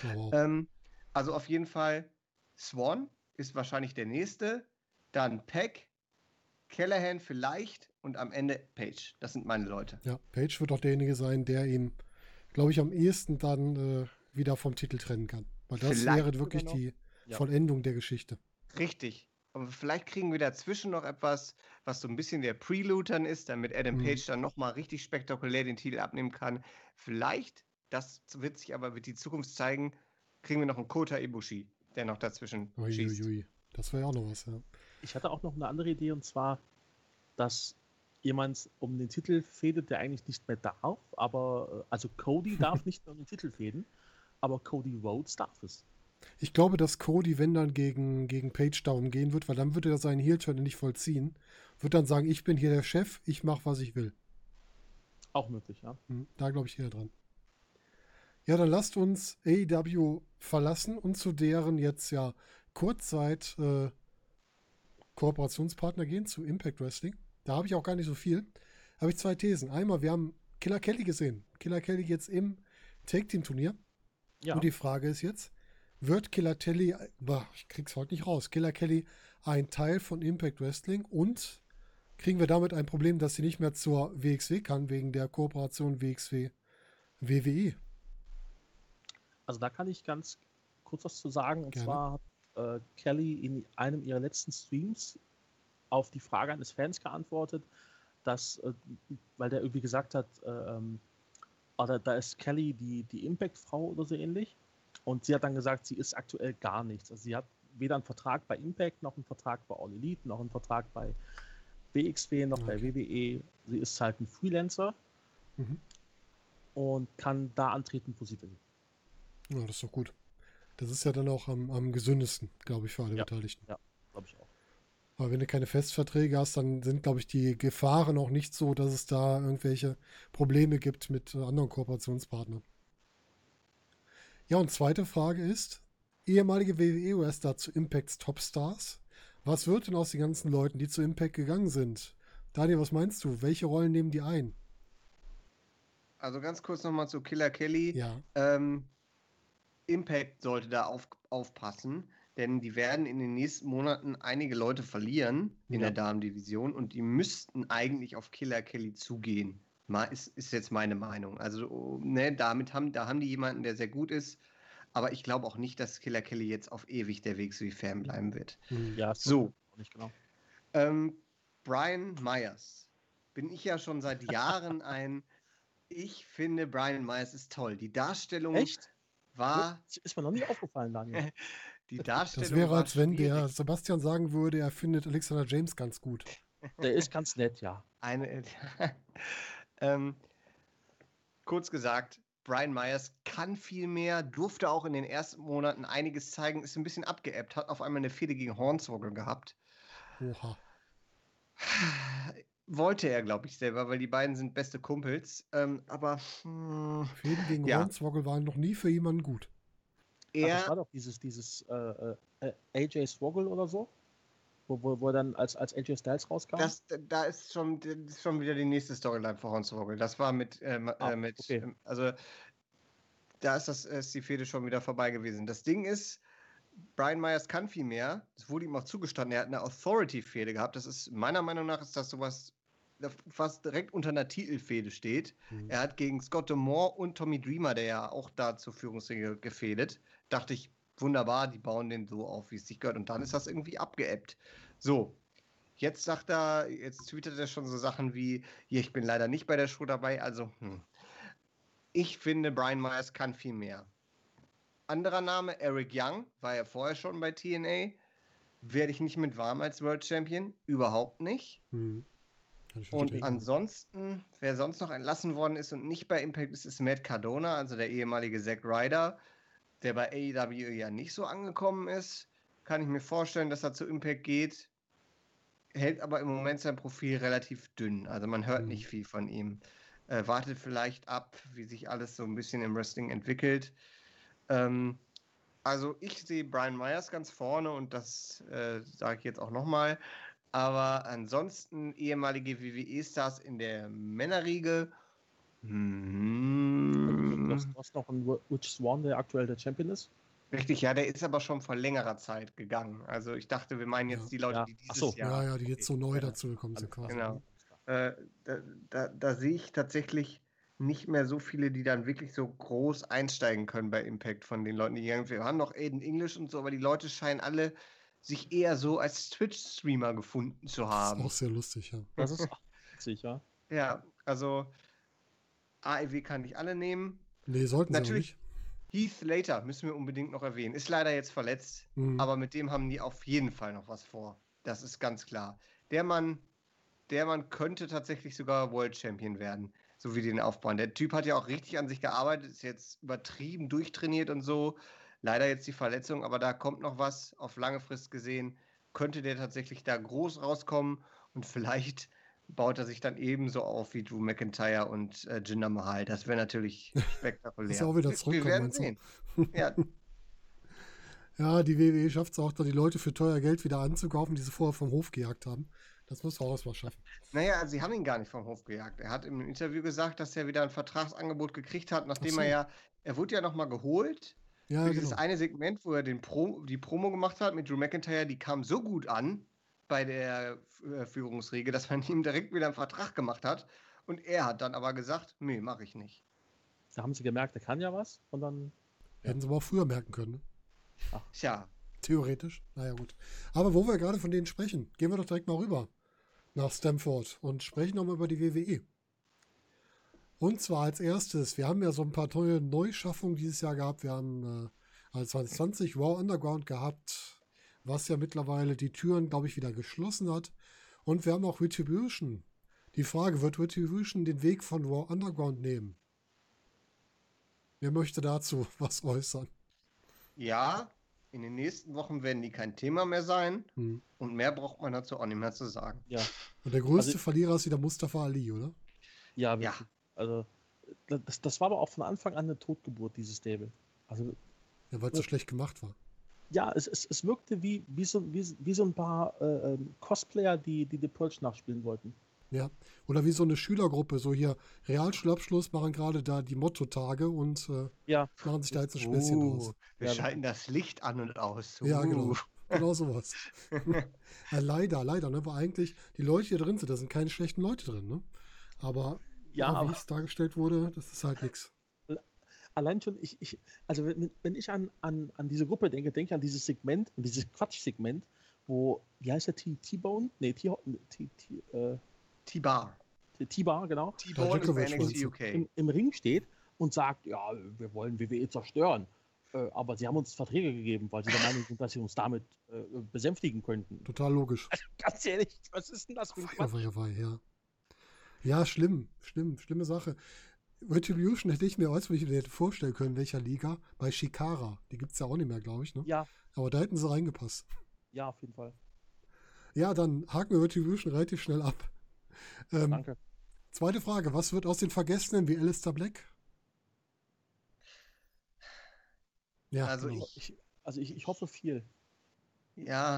Also auf jeden Fall, Swann ist wahrscheinlich der nächste, dann Pac, Callahan vielleicht und am Ende Page. Das sind meine Leute. Ja, Page wird auch derjenige sein, der ihm, glaube ich, am ehesten dann wieder vom Titel trennen kann. Weil das wäre wirklich die Vollendung der Geschichte. Richtig. Aber vielleicht kriegen wir dazwischen noch etwas, was so ein bisschen der Prelude dann ist, damit Adam Page dann nochmal richtig spektakulär den Titel abnehmen kann. Vielleicht, das wird sich aber, wird die Zukunft zeigen, kriegen wir noch einen Kota Ibushi, der noch dazwischen schießt. Das wäre ja auch noch was, ja. Ich hatte auch noch eine andere Idee, und zwar, dass jemand um den Titel fädet, der eigentlich nicht mehr darf, aber, also Cody darf nicht mehr um den Titel fäden, aber Cody Rhodes darf es. Ich glaube, dass Cody, wenn dann gegen Page darum gehen wird, weil dann würde er seinen Heel-Turn nicht vollziehen, wird dann sagen, ich bin hier der Chef, ich mache, was ich will. Auch möglich, ja. Da glaube ich eher dran. Ja, dann lasst uns AEW verlassen und zu deren jetzt Kurzzeit Kooperationspartner gehen, zu Impact Wrestling. Da habe ich auch gar nicht so viel. Habe ich zwei Thesen. Einmal, wir haben Killer Kelly gesehen. Killer Kelly jetzt im Take-Team-Turnier. Ja. Und die Frage ist jetzt, wird Killer Kelly, ich krieg's heute nicht raus, Killer Kelly ein Teil von Impact Wrestling, und kriegen wir damit ein Problem, dass sie nicht mehr zur WXW kann, wegen der Kooperation WXW-WWE? Also da kann ich ganz kurz was zu sagen. Und zwar Kelly in einem ihrer letzten Streams auf die Frage eines Fans geantwortet, dass, weil der irgendwie gesagt hat, oder da ist Kelly die Impact-Frau oder so ähnlich. Und sie hat dann gesagt, sie ist aktuell gar nichts. Also sie hat weder einen Vertrag bei Impact, noch einen Vertrag bei All Elite, noch einen Vertrag bei WXW, noch bei WWE. Sie ist halt ein Freelancer und kann da antreten, wo sie will. Ja, das ist doch gut. Das ist ja dann auch am gesündesten, glaube ich, für alle Beteiligten. Ja, glaube ich auch. Aber wenn du keine Festverträge hast, dann sind, glaube ich, die Gefahren auch nicht so, dass es da irgendwelche Probleme gibt mit anderen Kooperationspartnern. Ja, und zweite Frage ist, ehemalige WWE-Wrestler zu Impacts Topstars. Was wird denn aus den ganzen Leuten, die zu Impact gegangen sind? Daniel, was meinst du? Welche Rollen nehmen die ein? Also ganz kurz nochmal zu Killer Kelly. Ja. Impact sollte da aufpassen, denn die werden in den nächsten Monaten einige Leute verlieren in der Damendivision und die müssten eigentlich auf Killer Kelly zugehen. Ist jetzt meine Meinung. Also, da haben die jemanden, der sehr gut ist, aber ich glaube auch nicht, dass Killer Kelly jetzt auf ewig der WXW-Fan bleiben wird. Ja, so. Nicht genau. Brian Myers. Bin ich ja schon seit Jahren ich finde, Brian Myers ist toll. Die Darstellung war... Ist mir noch nie aufgefallen, Daniel. Die Darstellung das wäre, als wenn schwierig. der Sebastian sagen würde, er findet Alexander James ganz gut. Der ist ganz nett, ja. Kurz gesagt, Brian Myers kann viel mehr, durfte auch in den ersten Monaten einiges zeigen, ist ein bisschen abgeebbt, hat auf einmal eine Fehde gegen Hornswoggle gehabt. Oha. Wollte er, glaube ich, selber, weil die beiden sind beste Kumpels. Aber Fäden gegen Hornswoggle waren noch nie für jemanden gut. Das war doch dieses AJ Swoggle oder so, wo er dann als AJ Styles rauskam. Da ist schon wieder die nächste Storyline für Hornswoggle. Das war also da ist die Fehde schon wieder vorbei gewesen. Das Ding ist, Brian Myers kann viel mehr. Es wurde ihm auch zugestanden. Er hat eine Authority-Fehde gehabt. Das ist, meiner Meinung nach, ist das sowas, das fast direkt unter einer Titelfehde steht. Er hat gegen Scott D'Amore und Tommy Dreamer, der ja auch da zur Führungsriege gefädet. Dachte ich, wunderbar, die bauen den so auf, wie es sich gehört. Und dann ist das irgendwie abgeebbt. So, jetzt twittert er schon so Sachen wie, hier, ich bin leider nicht bei der Show dabei. Also, ich finde, Brian Myers kann viel mehr. Anderer Name, Eric Young, war ja vorher schon bei TNA. Werde ich nicht mit warm als World Champion? Überhaupt nicht. Und ansonsten, wer sonst noch entlassen worden ist und nicht bei Impact ist, ist Matt Cardona, also der ehemalige Zack Ryder, der bei AEW ja nicht so angekommen ist. Kann ich mir vorstellen, dass er zu Impact geht. Hält aber im Moment sein Profil relativ dünn. Also man hört nicht viel von ihm. Wartet vielleicht ab, wie sich alles so ein bisschen im Wrestling entwickelt. Also ich sehe Brian Myers ganz vorne und das sage ich jetzt auch nochmal. Aber ansonsten ehemalige WWE-Stars in der Männerriege. Du hast noch einen Rich Swann, der aktuell der Champion ist. Richtig, ja, der ist aber schon vor längerer Zeit gegangen. Also ich dachte, wir meinen jetzt die Leute, die dieses Jahr... die jetzt so neu dazugekommen sind quasi. Genau. Da sehe ich tatsächlich nicht mehr so viele, die dann wirklich so groß einsteigen können bei Impact von den Leuten, die gegangen sind. Wir haben noch Aiden English und so, aber die Leute scheinen alle sich eher so als Twitch-Streamer gefunden zu haben. Das ist auch sehr lustig, ja. Das ist auch witzig, ja. Ja, also AEW kann nicht alle nehmen. Nee, sollten sie natürlich nicht. Heath Slater müssen wir unbedingt noch erwähnen. Ist leider jetzt verletzt, aber mit dem haben die auf jeden Fall noch was vor. Das ist ganz klar. Der Mann könnte tatsächlich sogar World Champion werden, so wie die den aufbauen. Der Typ hat ja auch richtig an sich gearbeitet, ist jetzt übertrieben durchtrainiert und so. Leider jetzt die Verletzung, aber da kommt noch was auf lange Frist gesehen. Könnte der tatsächlich da groß rauskommen und vielleicht baut er sich dann ebenso auf wie Drew McIntyre und Jinder Mahal. Das wäre natürlich spektakulär. Ist auch wieder zurückkommen. Wir werden sehen. Ja, die WWE schafft es auch, da die Leute für teuer Geld wieder anzukaufen, die sie vorher vom Hof gejagt haben. Das muss auch erstmal schaffen. Naja, sie haben ihn gar nicht vom Hof gejagt. Er hat im Interview gesagt, dass er wieder ein Vertragsangebot gekriegt hat, nachdem er wurde ja nochmal geholt. Ja, für dieses eine Segment, wo er die Promo gemacht hat mit Drew McIntyre, die kam so gut an bei der Führungsriege, dass man ihm direkt wieder einen Vertrag gemacht hat. Und er hat dann aber gesagt, nee, mache ich nicht. Da haben sie gemerkt, er kann ja was. Und dann hätten sie aber auch früher merken können. Ne? Tja, Theoretisch. Naja, gut. Aber wo wir gerade von denen sprechen, gehen wir doch direkt mal rüber nach Stamford und sprechen nochmal über die WWE. Und zwar als erstes, wir haben ja so ein paar tolle Neuschaffungen dieses Jahr gehabt. Wir haben 2020 Raw Underground gehabt, was ja mittlerweile die Türen, glaube ich, wieder geschlossen hat. Und wir haben auch Retribution. Die Frage, wird Retribution den Weg von Raw Underground nehmen? Wer möchte dazu was äußern? Ja, in den nächsten Wochen werden die kein Thema mehr sein. Und mehr braucht man dazu auch nicht mehr zu sagen. Ja. Und der größte Verlierer ist wieder Mustafa Ali, oder? Ja, wirklich. Also, das war aber auch von Anfang an eine Totgeburt, dieses Stable. Also, Ja, weil es so schlecht gemacht war. ja, es wirkte wie so ein paar Cosplayer, die The Purge nachspielen wollten. Ja, oder wie so eine Schülergruppe, so hier Realschulabschluss machen gerade da die Motto-Tage und machen sich da jetzt ein Späßchen draus. Wir schalten das Licht an und aus. Ja, genau. Genau sowas. Leider, ne? Weil eigentlich die Leute, die hier drin sind, da sind keine schlechten Leute drin, ne? Aber wie es dargestellt wurde, das ist halt nichts. Allein schon, also wenn ich an diese Gruppe denke ich an dieses Segment, an dieses Quatsch-Segment, wo, wie heißt der, T-Bone? Nee, T-Bar. T-Bar, genau. T-Bone ist bei NXT UK. Im Ring steht und sagt, ja, wir wollen WWE zerstören. Aber sie haben uns Verträge gegeben, weil sie der Meinung sind, dass sie uns damit besänftigen könnten. Total logisch. Also, ganz ehrlich, was ist denn das für ein Quatsch? Ja. Ja, schlimme Sache. Retribution hätte ich mir hätte vorstellen können, welcher Liga, bei Shikara. Die gibt es ja auch nicht mehr, glaube ich, ne? Ja. Aber da hätten sie reingepasst. Ja, auf jeden Fall. Ja, dann haken wir Retribution relativ schnell ab. Danke. Zweite Frage, was wird aus den Vergessenen wie Aleister Black? Ja, Also genau. Ich hoffe viel. Ja,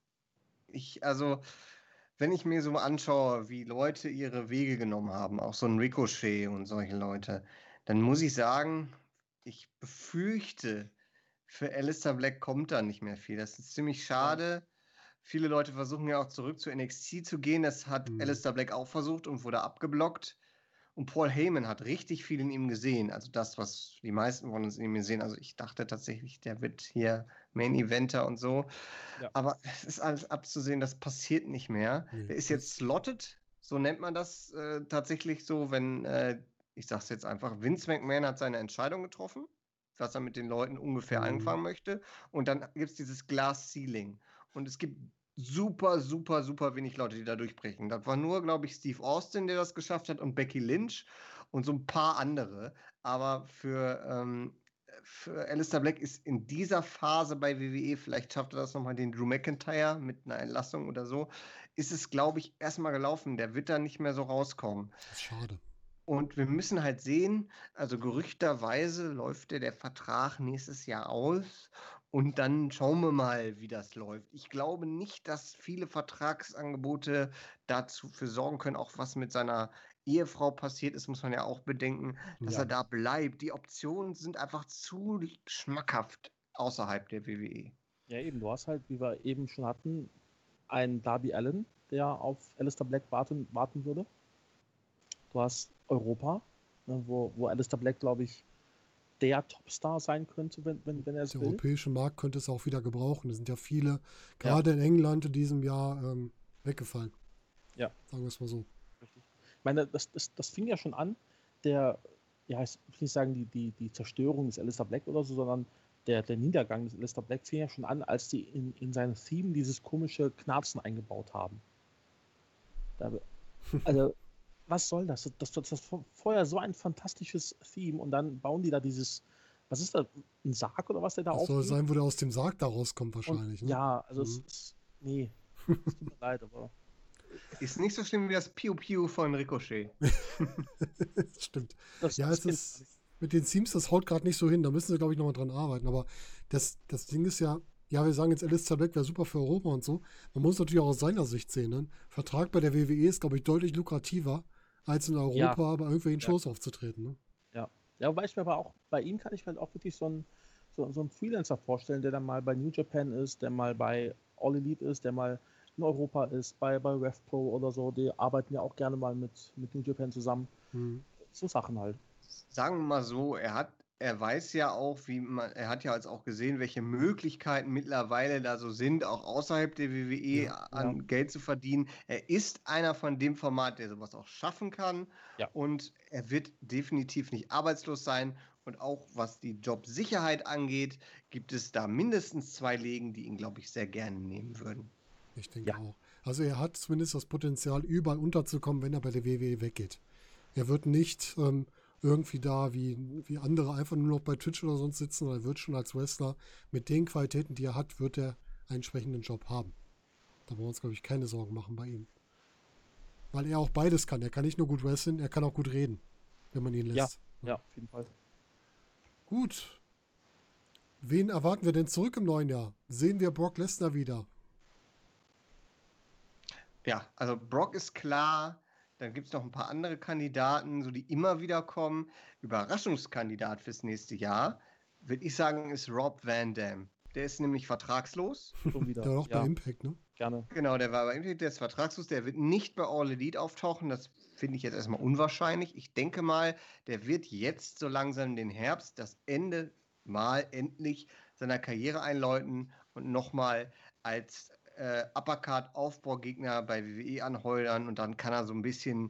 wenn ich mir so anschaue, wie Leute ihre Wege genommen haben, auch so ein Ricochet und solche Leute, dann muss ich sagen, ich befürchte, für Aleister Black kommt da nicht mehr viel. Das ist ziemlich schade. Viele Leute versuchen ja auch zurück zu NXT zu gehen. Das hat Aleister Black auch versucht und wurde abgeblockt. Und Paul Heyman hat richtig viel in ihm gesehen. Also das, was die meisten von uns in ihm sehen. Also ich dachte tatsächlich, der wird hier Main Eventer und so. Ja. Aber es ist alles abzusehen, das passiert nicht mehr. Nee, der ist jetzt slotted, so nennt man das tatsächlich so, wenn, ich sag's jetzt einfach, Vince McMahon hat seine Entscheidung getroffen, was er mit den Leuten ungefähr anfangen möchte. Und dann gibt es dieses Glass Ceiling. Und es gibt super wenig Leute, die da durchbrechen. Das war nur, glaube ich, Steve Austin, der das geschafft hat und Becky Lynch und so ein paar andere. Aber für Aleister Black ist in dieser Phase bei WWE, vielleicht schafft er das nochmal, den Drew McIntyre mit einer Entlassung oder so, ist es, glaube ich, erstmal gelaufen. Der wird da nicht mehr so rauskommen. Das ist schade. Und wir müssen halt sehen, also gerüchterweise läuft der Vertrag nächstes Jahr aus. Und dann schauen wir mal, wie das läuft. Ich glaube nicht, dass viele Vertragsangebote dafür sorgen können, auch was mit seiner Ehefrau passiert ist, muss man ja auch bedenken, dass er da bleibt. Die Optionen sind einfach zu schmackhaft außerhalb der WWE. Ja, eben. Du hast halt, wie wir eben schon hatten, einen Darby Allin, der auf Aleister Black warten würde. Du hast Europa, ne, wo Aleister Black, glaube ich, der Topstar sein könnte, wenn er es will. Der europäische Markt könnte es auch wieder gebrauchen. Es sind ja viele, gerade in England in diesem Jahr, weggefallen. Ja. Sagen wir es mal so. Richtig. Ich meine, das fing ja schon an, ich will nicht sagen, die Zerstörung des Aleister Black oder so, sondern der Niedergang des Aleister Black fing ja schon an, als die in sein Theme dieses komische Knarzen eingebaut haben. Also, was soll das? Das vorher so ein fantastisches Theme und dann bauen die da dieses, was ist das, ein Sarg oder was der da aufgeht? Das soll sein, wo der aus dem Sarg da rauskommt wahrscheinlich. Und, ne? Ja, also es tut mir leid, aber... Ist nicht so schlimm wie das Piu-Piu von Ricochet. Stimmt. Es ist mit den Themes, das haut gerade nicht so hin, da müssen sie, glaube ich, nochmal dran arbeiten, aber das Ding ist ja, wir sagen jetzt, Aleister Black wäre super für Europa und so, man muss natürlich auch aus seiner Sicht sehen, ne? Vertrag bei der WWE ist, glaube ich, deutlich lukrativer, als in Europa bei irgendwelchen Shows aufzutreten. Ne? Ja, wobei ich mir aber auch, bei ihm kann ich mir halt auch wirklich so einen Freelancer vorstellen, der dann mal bei New Japan ist, der mal bei All Elite ist, der mal in Europa ist, bei RevPro oder so, die arbeiten ja auch gerne mal mit New Japan zusammen. So Sachen halt. Sagen wir mal so, er hat er weiß ja auch, er hat ja jetzt auch gesehen, welche Möglichkeiten mittlerweile da so sind, auch außerhalb der WWE an Geld zu verdienen. Er ist einer von dem Format, der sowas auch schaffen kann. Ja. Und er wird definitiv nicht arbeitslos sein. Und auch was die Jobsicherheit angeht, gibt es da mindestens 2 Ligen, die ihn, glaube ich, sehr gerne nehmen würden. Ich denke auch. Also er hat zumindest das Potenzial, überall unterzukommen, wenn er bei der WWE weggeht. Er wird nicht irgendwie da wie andere einfach nur noch bei Twitch oder sonst sitzen, sondern er wird schon als Wrestler mit den Qualitäten, die er hat, wird er einen entsprechenden Job haben. Da brauchen wir uns, glaube ich, keine Sorgen machen bei ihm. Weil er auch beides kann. Er kann nicht nur gut wrestlen, er kann auch gut reden, wenn man ihn lässt. Ja, auf jeden Fall. Gut. Wen erwarten wir denn zurück im neuen Jahr? Sehen wir Brock Lesnar wieder? Ja, also Brock ist klar. Dann gibt es noch ein paar andere Kandidaten, so die immer wieder kommen. Überraschungskandidat fürs nächste Jahr, würde ich sagen, ist Rob Van Dam. Der ist nämlich vertragslos. Schon wieder. Der war auch bei Impact, ne? Gerne. Genau, der war bei Impact, der ist vertragslos. Der wird nicht bei All Elite auftauchen. Das finde ich jetzt erstmal unwahrscheinlich. Ich denke mal, der wird jetzt so langsam den Herbst, das Ende mal endlich seiner Karriere einläuten und nochmal als Uppercard-Aufbaugegner bei WWE anheuern und dann kann er so ein bisschen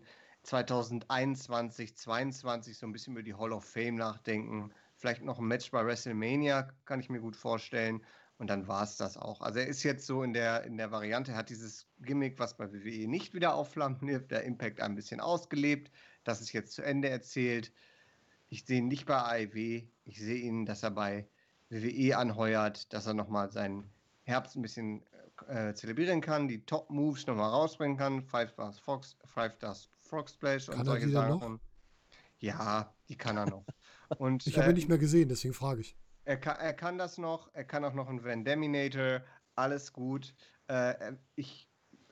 2021, 2022 so ein bisschen über die Hall of Fame nachdenken. Vielleicht noch ein Match bei WrestleMania, kann ich mir gut vorstellen. Und dann war es das auch. Also er ist jetzt so in der Variante, er hat dieses Gimmick, was bei WWE nicht wieder aufflammen wird, der Impact ein bisschen ausgelebt. Das ist jetzt zu Ende erzählt. Ich sehe ihn nicht bei AEW. Ich sehe ihn, dass er bei WWE anheuert, dass er nochmal seinen Herbst ein bisschen zelebrieren kann, die Top-Moves nochmal rausbringen kann. Five Stars Frog Splash und solche Sachen. Ja, die kann er noch. Und, ich habe ihn nicht mehr gesehen, deswegen frage ich. Er kann das noch. Er kann auch noch einen Van Daminator. Alles gut. Ich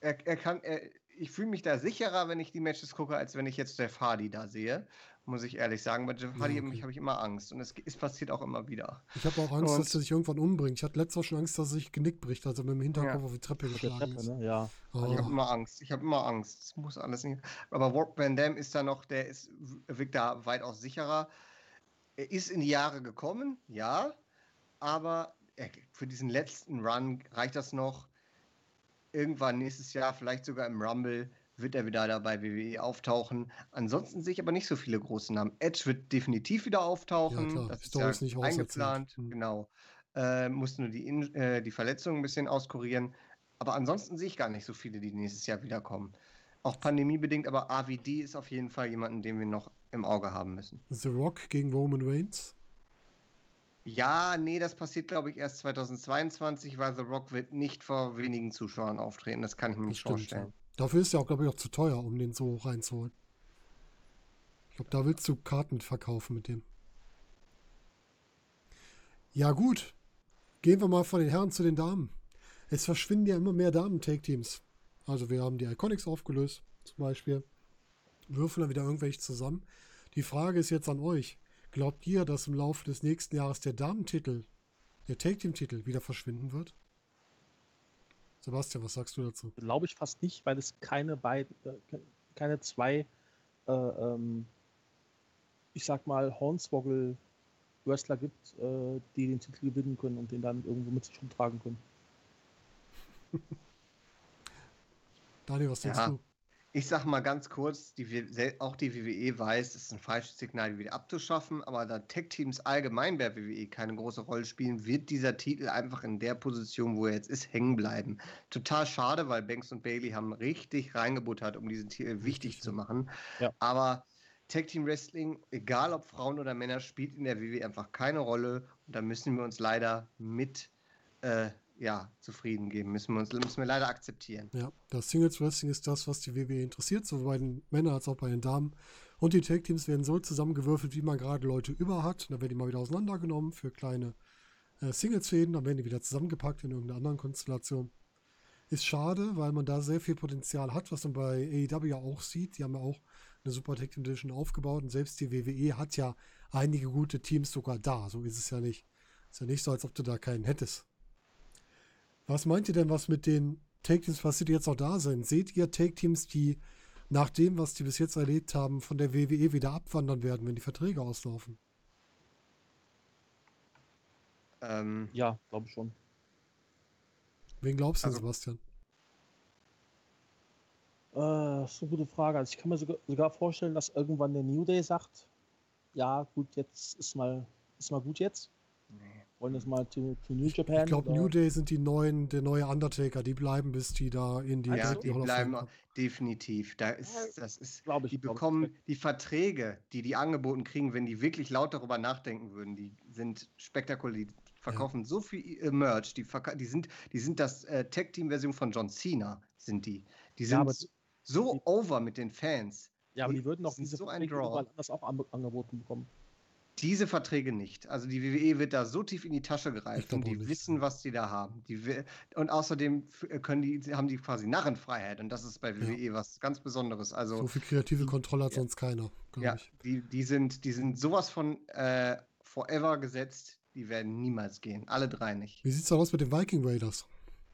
fühle mich da sicherer, wenn ich die Matches gucke, als wenn ich jetzt Jeff Hardy da sehe. Muss ich ehrlich sagen. Bei Jeff Hardy habe ich immer Angst. Und es passiert auch immer wieder. Ich habe auch Angst, dass er sich irgendwann umbringt. Ich hatte letztes Mal schon Angst, dass er sich Genick bricht, also mit dem Hinterkopf auf die Treppe geschlagen ist. Ne? Ja. Oh. Ich habe immer Angst. Das muss alles nicht. Aber Rob Van Dam ist da noch, wirkt da weitaus sicherer. Er ist in die Jahre gekommen, ja, aber für diesen letzten Run reicht das noch. Irgendwann nächstes Jahr, vielleicht sogar im Rumble, wird er wieder da bei WWE auftauchen. Ansonsten sehe ich aber nicht so viele große Namen. Edge wird definitiv wieder auftauchen. Ja, klar. Das ist ja nicht eingeplant. Genau. Muss nur die Verletzungen ein bisschen auskurieren. Aber ansonsten sehe ich gar nicht so viele, die nächstes Jahr wiederkommen. Auch pandemiebedingt, aber AVD ist auf jeden Fall jemanden, den wir noch im Auge haben müssen. The Rock gegen Roman Reigns? Ja, nee, das passiert, glaube ich, erst 2022, weil The Rock wird nicht vor wenigen Zuschauern auftreten. Das kann ich mir nicht vorstellen. Ja. Dafür ist er auch, glaube ich, auch zu teuer, um den so reinzuholen. Ich glaube, da willst du Karten verkaufen mit dem. Ja, gut. Gehen wir mal von den Herren zu den Damen. Es verschwinden ja immer mehr Damen-Take-Teams. Also wir haben die Iconics aufgelöst, zum Beispiel. Würfeln da wieder irgendwelche zusammen. Die Frage ist jetzt an euch. Glaubt ihr, dass im Laufe des nächsten Jahres der Damentitel, der Take-Team-Titel, wieder verschwinden wird? Sebastian, was sagst du dazu? Glaube ich fast nicht, weil es keine zwei, ich sag mal, Hornswoggle-Wrestler gibt, die den Titel gewinnen können und den dann irgendwo mit sich rumtragen können. Daniel, was denkst du? Ich sag mal ganz kurz, auch die WWE weiß, es ist ein falsches Signal, die wieder abzuschaffen, aber da Tech-Teams allgemein bei WWE keine große Rolle spielen, wird dieser Titel einfach in der Position, wo er jetzt ist, hängen bleiben. Total schade, weil Banks und Bayley haben richtig reingebuttert, um diesen Titel wichtig zu machen. Ja. Aber Tag-Team-Wrestling, egal ob Frauen oder Männer, spielt in der WWE einfach keine Rolle und da müssen wir uns leider mit zufrieden geben. Müssen wir leider akzeptieren. Ja, das Singles Wrestling ist das, was die WWE interessiert, sowohl bei den Männern als auch bei den Damen. Und die Tag Teams werden so zusammengewürfelt, wie man gerade Leute über hat. Dann werden die mal wieder auseinandergenommen für kleine Singles-Fäden. Dann werden die wieder zusammengepackt in irgendeiner anderen Konstellation. Ist schade, weil man da sehr viel Potenzial hat, was man bei AEW ja auch sieht. Die haben ja auch eine Super Tag Team Division aufgebaut und selbst die WWE hat ja einige gute Teams sogar da. So ist es ja nicht. Ist ja nicht so, als ob du da keinen hättest. Was meint ihr denn, was mit den Take-Teams passiert, die jetzt noch da sind? Seht ihr Take-Teams, die nach dem, was die bis jetzt erlebt haben, von der WWE wieder abwandern werden, wenn die Verträge auslaufen? Ja, glaube ich schon. Wen glaubst du, Also- Sebastian? Das ist eine gute Frage. Also ich kann mir sogar vorstellen, dass irgendwann der New Day sagt, ja, gut, jetzt ist mal gut jetzt. Wollen jetzt mal to New Japan. Ich glaube, oder- New Day sind der neue Undertaker. Die bleiben, bis die da in die, Ja, du? die Hall of bleiben Fame kommen. definitiv. Das ist, Glaube ich. die bekommen die Verträge, die angeboten kriegen, wenn die wirklich laut darüber nachdenken würden, die sind spektakulär. Die verkaufen so viel Merch, die sind das Tag-Team-Version von John Cena, sind die. Die Ja, sind so over mit den Fans. Ja, aber die würden auch sind diese so ein Verträge Draw. überall anders auch angeboten bekommen. Diese Verträge nicht. Also die WWE wird da so tief in die Tasche Ich greifen, glaub auch die nicht. wissen, was die da haben. Und außerdem haben die quasi Narrenfreiheit und das ist bei WWE was ganz Besonderes. Also So viel kreative die- Kontrolle hat ja. sonst keiner, glaube ja, ich. die sind sowas von forever gesetzt, die werden niemals gehen. Alle drei nicht. Wie sieht's da aus mit den Viking Raiders?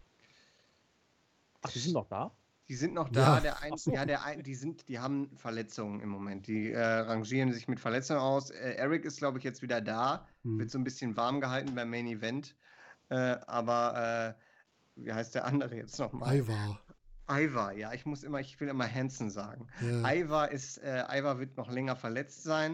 Ach, die sind noch da? Die sind noch da, Ja. Ach so. die haben Verletzungen im Moment. Die rangieren sich mit Verletzungen aus. Eric ist, glaube ich, jetzt wieder da. Wird so ein bisschen warm gehalten beim Main Event. Aber wie heißt der andere jetzt nochmal? Ivar, ja, ich will immer Hansen sagen. Ja. Ivar wird noch länger verletzt sein.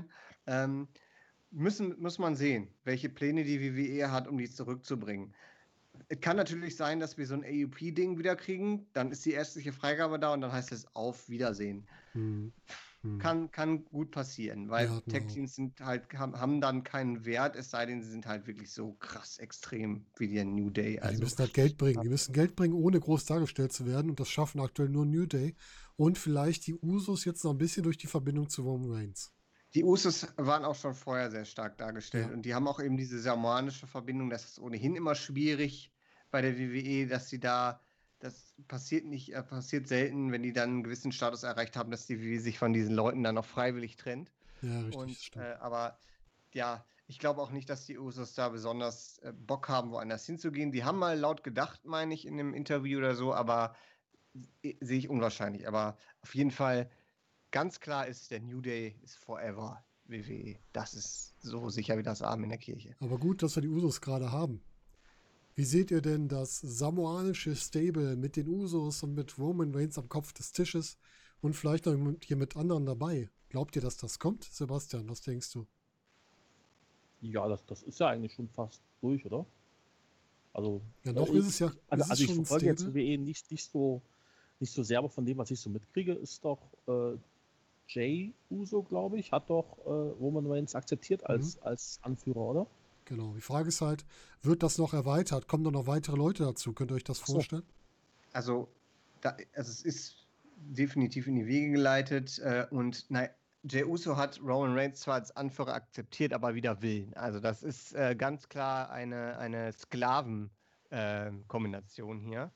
Muss man sehen, welche Pläne die WWE hat, um die zurückzubringen. Es kann natürlich sein, dass wir so ein AUP-Ding wieder kriegen, dann ist die ärztliche Freigabe da und dann heißt es auf Wiedersehen. Hm. Kann gut passieren, weil Ja, genau. Tag-Teams haben dann keinen Wert, es sei denn, sie sind halt wirklich so krass extrem wie der New Day. Ja, die müssen halt Geld bringen. Die müssen Geld bringen, ohne groß dargestellt zu werden. Und das schaffen aktuell nur New Day. Und vielleicht die Usos jetzt noch ein bisschen durch die Verbindung zu Roman Reigns. Die Usos waren auch schon vorher sehr stark dargestellt Ja. und die haben auch eben diese samoanische Verbindung. Das ist ohnehin immer schwierig bei der WWE, das passiert selten, wenn die dann einen gewissen Status erreicht haben, dass die WWE sich von diesen Leuten dann auch freiwillig trennt. Ja, richtig, stimmt. Aber ja, ich glaube auch nicht, dass die Usos da besonders Bock haben, woanders hinzugehen. Die haben mal laut gedacht, meine ich, in einem Interview oder so, aber sehe ich unwahrscheinlich. Aber auf jeden Fall ganz klar ist, der New Day ist forever WWE. Das ist so sicher wie das Abend in der Kirche. Aber gut, dass wir die Usos gerade haben. Wie seht ihr denn das samoanische Stable mit den Usos und mit Roman Reigns am Kopf des Tisches und vielleicht noch hier mit anderen dabei? Glaubt ihr, dass das kommt? Sebastian, was denkst du? Ja, das ist ja eigentlich schon fast durch, oder? Also, Ja, noch ist es ja. Also, ist es also ich schon ein verfolge jetzt Stable? WWE nicht so sehr, aber von dem, was ich so mitkriege, ist doch Jay Uso, glaube ich, hat doch Roman Reigns akzeptiert als Anführer, oder? Genau. Die Frage ist halt, wird das noch erweitert? Kommen da noch weitere Leute dazu? Könnt ihr euch das Ach so. vorstellen? Also es ist definitiv in die Wege geleitet und Jey Uso hat Roman Reigns zwar als Anführer akzeptiert, aber wider Willen. Also das ist ganz klar eine Sklaven-Kombination hier.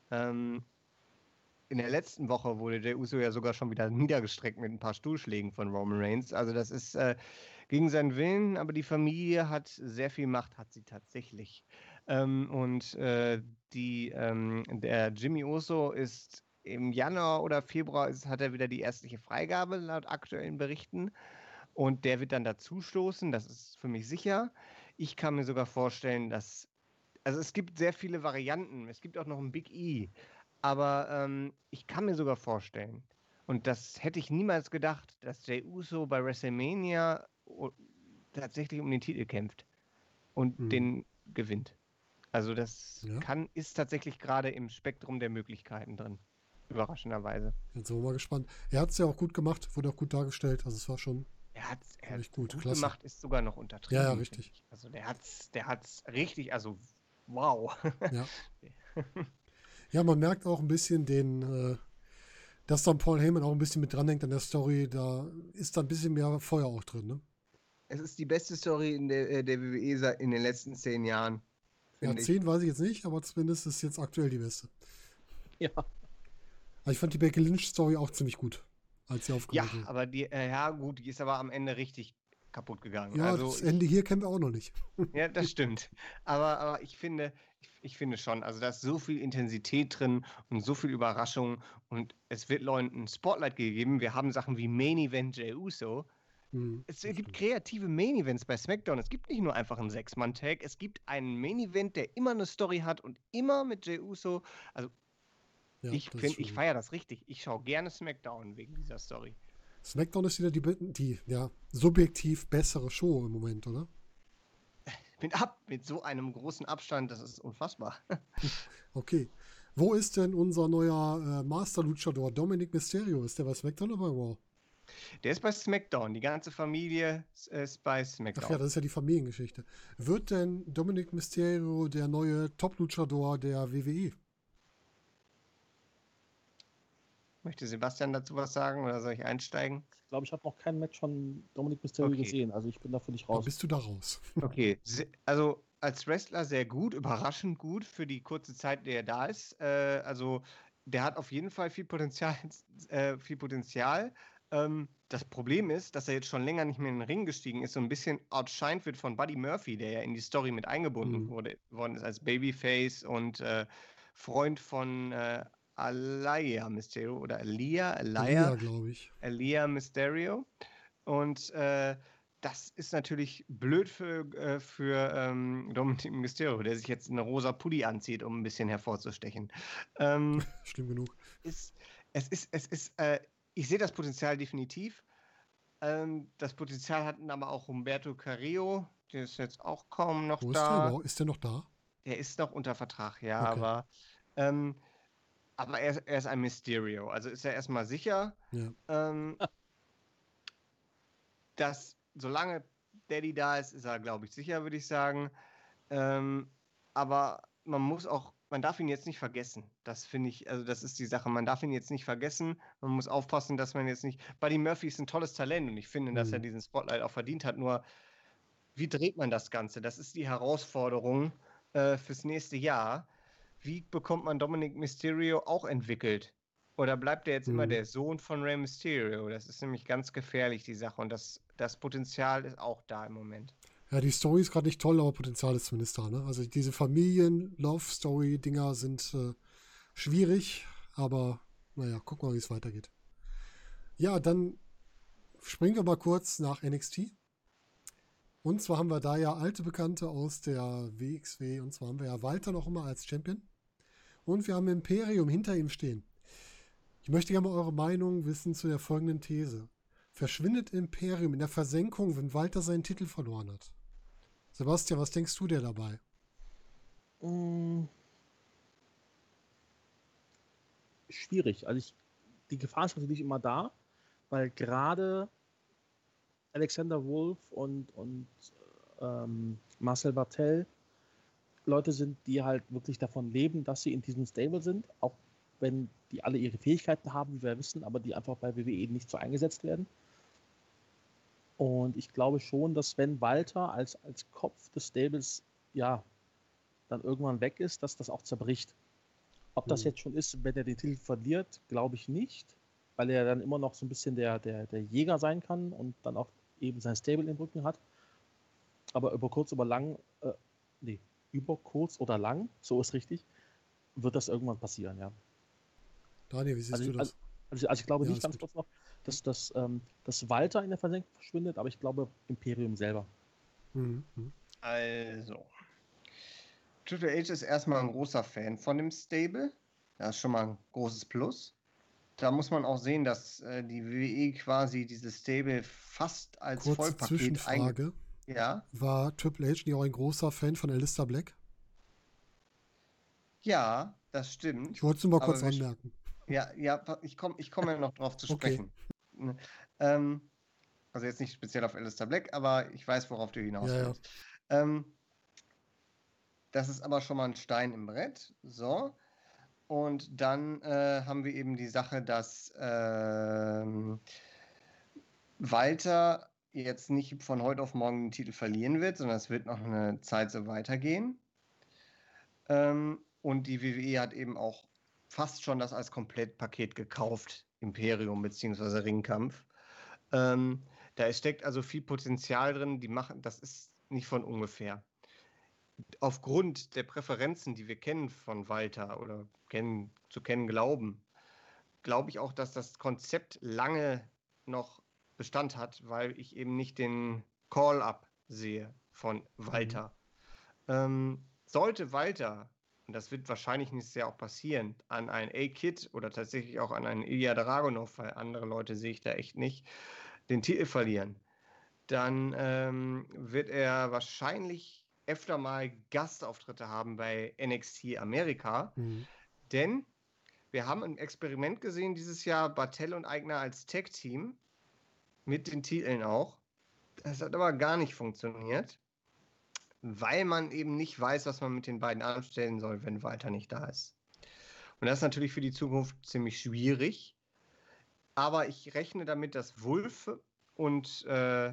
In der letzten Woche wurde Jey Uso ja sogar schon wieder niedergestreckt mit ein paar Stuhlschlägen von Roman Reigns. Also das ist gegen seinen Willen, aber die Familie hat sehr viel Macht, hat sie tatsächlich. Der Jimmy Uso ist im Januar oder Februar hat er wieder die ärztliche Freigabe laut aktuellen Berichten und der wird dann dazu stoßen, das ist für mich sicher. Ich kann mir sogar vorstellen, also es gibt sehr viele Varianten, es gibt auch noch ein Big E, aber ich kann mir sogar vorstellen, und das hätte ich niemals gedacht, dass Jey Uso bei WrestleMania tatsächlich um den Titel kämpft und den gewinnt. Also das ist tatsächlich gerade im Spektrum der Möglichkeiten drin. Überraschenderweise. Jetzt sind wir mal gespannt. Er hat es ja auch gut gemacht, wurde auch gut dargestellt. Also es war schon Er hat gut, gut klasse. gemacht, ist sogar noch untertrieben. Ja, richtig. Also der hat's richtig, also wow. Ja. Ja, man merkt auch ein bisschen dass dann Paul Heyman auch ein bisschen mit dran hängt an der Story. Da ist da ein bisschen mehr Feuer auch drin, ne? Es ist die beste Story in der WWE in den letzten 10 Jahren. Ja, 10 weiß ich jetzt nicht, aber zumindest ist jetzt aktuell die beste. Ja. Aber ich fand die Becky Lynch-Story auch ziemlich gut, als sie aufgehört wurde. Aber die ist aber am Ende richtig kaputt gegangen. Ja, also das Ende hier kennen wir auch noch nicht. Ja, das stimmt. Aber ich finde schon, also da ist so viel Intensität drin und so viel Überraschung und es wird Leuten ein Spotlight gegeben. Wir haben Sachen wie Main Event Jey Uso. Es gibt kreative Main-Events bei SmackDown. Es gibt nicht nur einfach einen Sechs-Mann-Tag. Es gibt einen Main-Event, der immer eine Story hat und immer mit Jey Uso. Also Ja, ich das ist schon ich gut. feiere das richtig. Ich schaue gerne SmackDown wegen dieser Story. SmackDown ist wieder die subjektiv bessere Show im Moment, oder? Mit so einem großen Abstand, das ist unfassbar. Okay. Wo ist denn unser neuer Master Luchador Dominic Mysterio? Ist der bei SmackDown oder bei Raw? Der ist bei SmackDown. Die ganze Familie ist bei SmackDown. Ach ja, das ist ja die Familiengeschichte. Wird denn Dominic Mysterio der neue Top-Luchador der WWE? Möchte Sebastian dazu was sagen oder soll ich einsteigen? Ich glaube, ich habe noch kein Match von Dominic Mysterio Okay. gesehen, also ich bin da völlig Da raus. bist du da raus. Okay, also als Wrestler sehr gut, überraschend gut für die kurze Zeit, die er da ist. Also der hat auf jeden Fall viel Potenzial. Das Problem ist, dass er jetzt schon länger nicht mehr in den Ring gestiegen ist, so ein bisschen outshined wird von Buddy Murphy, der ja in die Story mit eingebunden worden ist als Babyface und Freund von Aliyah Mysterio oder Elia, glaube ich. Aliyah Mysterio. Und das ist natürlich blöd für Dominic Mysterio, der sich jetzt eine rosa Pulli anzieht, um ein bisschen hervorzustechen. Schlimm genug. Ich sehe das Potenzial definitiv. Das Potenzial hatten aber auch Humberto Carrillo, der ist jetzt auch kaum noch Wo ist da. der überhaupt? Ist der noch da? Der ist noch unter Vertrag, ja, Okay. aber er ist ein Mysterio, also ist er erstmal sicher. Ja. Dass solange Daddy da ist, ist er, glaube ich, sicher, würde ich sagen. Aber man darf ihn jetzt nicht vergessen. Das finde ich, also das ist die Sache. Man darf ihn jetzt nicht vergessen. Man muss aufpassen, dass man jetzt nicht. Buddy Murphy ist ein tolles Talent und ich finde, dass er diesen Spotlight auch verdient hat. Nur, wie dreht man das Ganze? Das ist die Herausforderung fürs nächste Jahr. Wie bekommt man Dominic Mysterio auch entwickelt? Oder bleibt er jetzt immer der Sohn von Rey Mysterio? Das ist nämlich ganz gefährlich, die Sache. Und das Potenzial ist auch da im Moment. Ja, die Story ist gerade nicht toll, aber Potenzial ist zumindest da. Ne? Also diese Familien-Love-Story-Dinger sind schwierig, aber naja, gucken wir mal, wie es weitergeht. Ja, dann springen wir mal kurz nach NXT. Und zwar haben wir da ja alte Bekannte aus der WXW, und zwar haben wir ja Walter noch immer als Champion. Und wir haben Imperium hinter ihm stehen. Ich möchte gerne mal eure Meinung wissen zu der folgenden These. Verschwindet Imperium in der Versenkung, wenn Walter seinen Titel verloren hat? Sebastian, was denkst du dir dabei? Schwierig. Also die Gefahr ist natürlich immer da, weil gerade Alexander Wolf und Marcel Bartel Leute sind, die halt wirklich davon leben, dass sie in diesem Stable sind, auch wenn die alle ihre Fähigkeiten haben, wie wir wissen, aber die einfach bei WWE nicht so eingesetzt werden. Und ich glaube schon, dass wenn Walter als Kopf des Stables ja dann irgendwann weg ist, dass das auch zerbricht. Ob das jetzt schon ist, wenn er den Titel verliert, glaube ich nicht, weil er dann immer noch so ein bisschen der Jäger sein kann und dann auch eben sein Stable im Rücken hat. Aber über kurz oder lang, so ist richtig, wird das irgendwann passieren, ja. Daniel, wie siehst du das? Also ich glaube Ja, nicht ganz kurz noch, dass Walter in der Versenkung verschwindet, aber ich glaube Imperium selber. Also, Triple H ist erstmal ein großer Fan von dem Stable. Das ist schon mal ein großes Plus. Da muss man auch sehen, dass die WWE quasi dieses Stable fast als Kurze Vollpaket Zwischenfrage. Ja? War Triple H nicht auch ein großer Fan von Aleister Black? Ja, das stimmt. Ich wollte es nur mal kurz anmerken. Ja, ich komm ja noch drauf zu sprechen. Okay. Also jetzt nicht speziell auf Aleister Black, aber ich weiß, worauf du hinaus willst. Ja. Das ist aber schon mal ein Stein im Brett. So. Und dann haben wir eben die Sache, dass Walter jetzt nicht von heute auf morgen den Titel verlieren wird, sondern es wird noch eine Zeit so weitergehen. Und die WWE hat eben auch fast schon das als Komplettpaket gekauft, Imperium bzw. Ringkampf. Da steckt also viel Potenzial drin, das ist nicht von ungefähr. Aufgrund der Präferenzen, die wir kennen von Walter oder zu kennen glauben, glaube ich auch, dass das Konzept lange noch Bestand hat, weil ich eben nicht den Call-Up sehe von Walter. Sollte Walter, und das wird wahrscheinlich nächstes Jahr auch passieren, an einen A-Kid oder tatsächlich auch an einen Ilya Dragunov, weil andere Leute sehe ich da echt nicht, den Titel verlieren, dann wird er wahrscheinlich öfter mal Gastauftritte haben bei NXT Amerika. Denn wir haben ein Experiment gesehen dieses Jahr, Bartel und Aigner als Tag-Team, mit den Titeln auch. Das hat aber gar nicht funktioniert, weil man eben nicht weiß, was man mit den beiden anstellen soll, wenn Walter nicht da ist. Und das ist natürlich für die Zukunft ziemlich schwierig. Aber ich rechne damit, dass Wulf und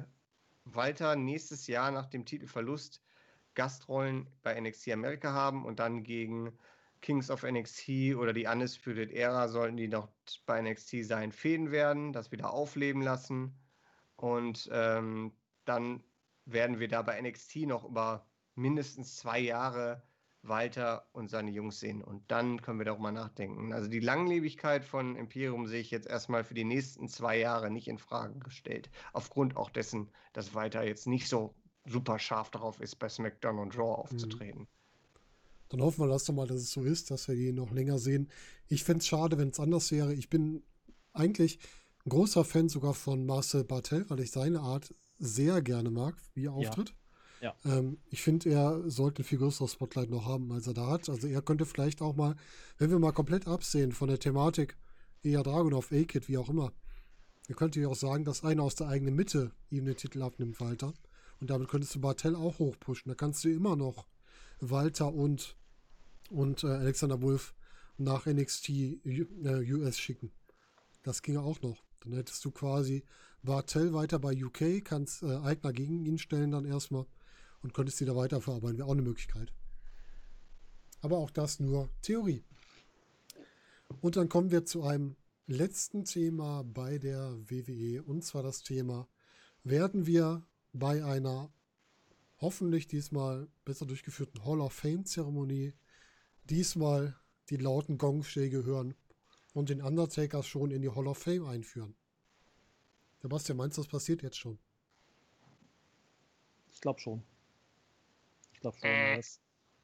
Walter nächstes Jahr nach dem Titelverlust Gastrollen bei NXT Amerika haben und dann gegen Kings of NXT oder die Undisputed Era, sollten die noch bei NXT sein, fäden werden, das wieder aufleben lassen. Und dann werden wir da bei NXT noch über mindestens 2 Jahre Walter und seine Jungs sehen. Und dann können wir darüber nachdenken. Also die Langlebigkeit von Imperium sehe ich jetzt erstmal für die nächsten 2 Jahre nicht in Frage gestellt. Aufgrund auch dessen, dass Walter jetzt nicht so super scharf darauf ist, bei SmackDown und Raw aufzutreten. Dann hoffen wir das doch mal, dass es so ist, dass wir die noch länger sehen. Ich fände es schade, wenn es anders wäre. Ich bin eigentlich ein großer Fan sogar von Marcel Bartel, weil ich seine Art sehr gerne mag, wie er auftritt. Ja. Ich finde, er sollte ein viel größeres Spotlight noch haben, als er da hat. Also er könnte vielleicht auch mal, wenn wir mal komplett absehen von der Thematik, Ilya Dragunov, A-Kid, wie auch immer, ihr könnt ja auch sagen, dass einer aus der eigenen Mitte ihm den Titel abnimmt, Walter. Und damit könntest du Bartel auch hochpushen. Da kannst du immer noch Walter und Alexander Wolf nach NXT US schicken. Das ginge auch noch. Dann hättest du quasi Bartel weiter bei UK, kannst Aigner gegen ihn stellen dann erstmal und könntest die da weiterverarbeiten. Wäre auch eine Möglichkeit. Aber auch das nur Theorie. Und dann kommen wir zu einem letzten Thema bei der WWE, und zwar das Thema: Werden wir bei einer hoffentlich diesmal besser durchgeführten Hall of Fame-Zeremonie diesmal die lauten Gongschläge hören und den Undertaker schon in die Hall of Fame einführen? Sebastian, meinst du, das passiert jetzt schon? Ich glaube schon. Dass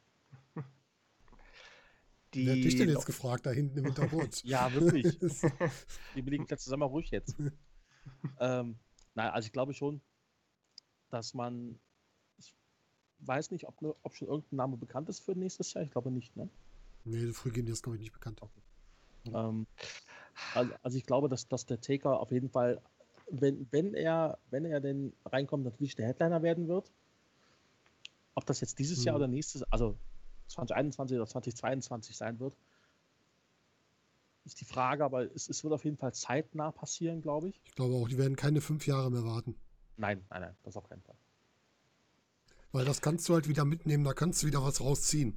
Wer hat dich denn jetzt gefragt, da hinten im Hintergrund? ja, wirklich. Die belegen Plätze, sag mal ruhig jetzt. Nein, also ich glaube schon, dass man, ich weiß nicht, ob schon irgendein Name bekannt ist für nächstes Jahr. Ich glaube nicht, ne? Nee, früh gehen ist, glaube ich, nicht bekannt. Okay. Also ich glaube, dass der Taker auf jeden Fall, wenn er denn reinkommt, natürlich der Headliner werden wird. Ob das jetzt dieses Jahr oder nächstes, also 2021 oder 2022 sein wird, ist die Frage, aber es wird auf jeden Fall zeitnah passieren, glaube ich. Ich glaube auch, die werden keine 5 Jahre mehr warten. Nein, das auf keinen Fall. Weil das kannst du halt wieder mitnehmen, da kannst du wieder was rausziehen.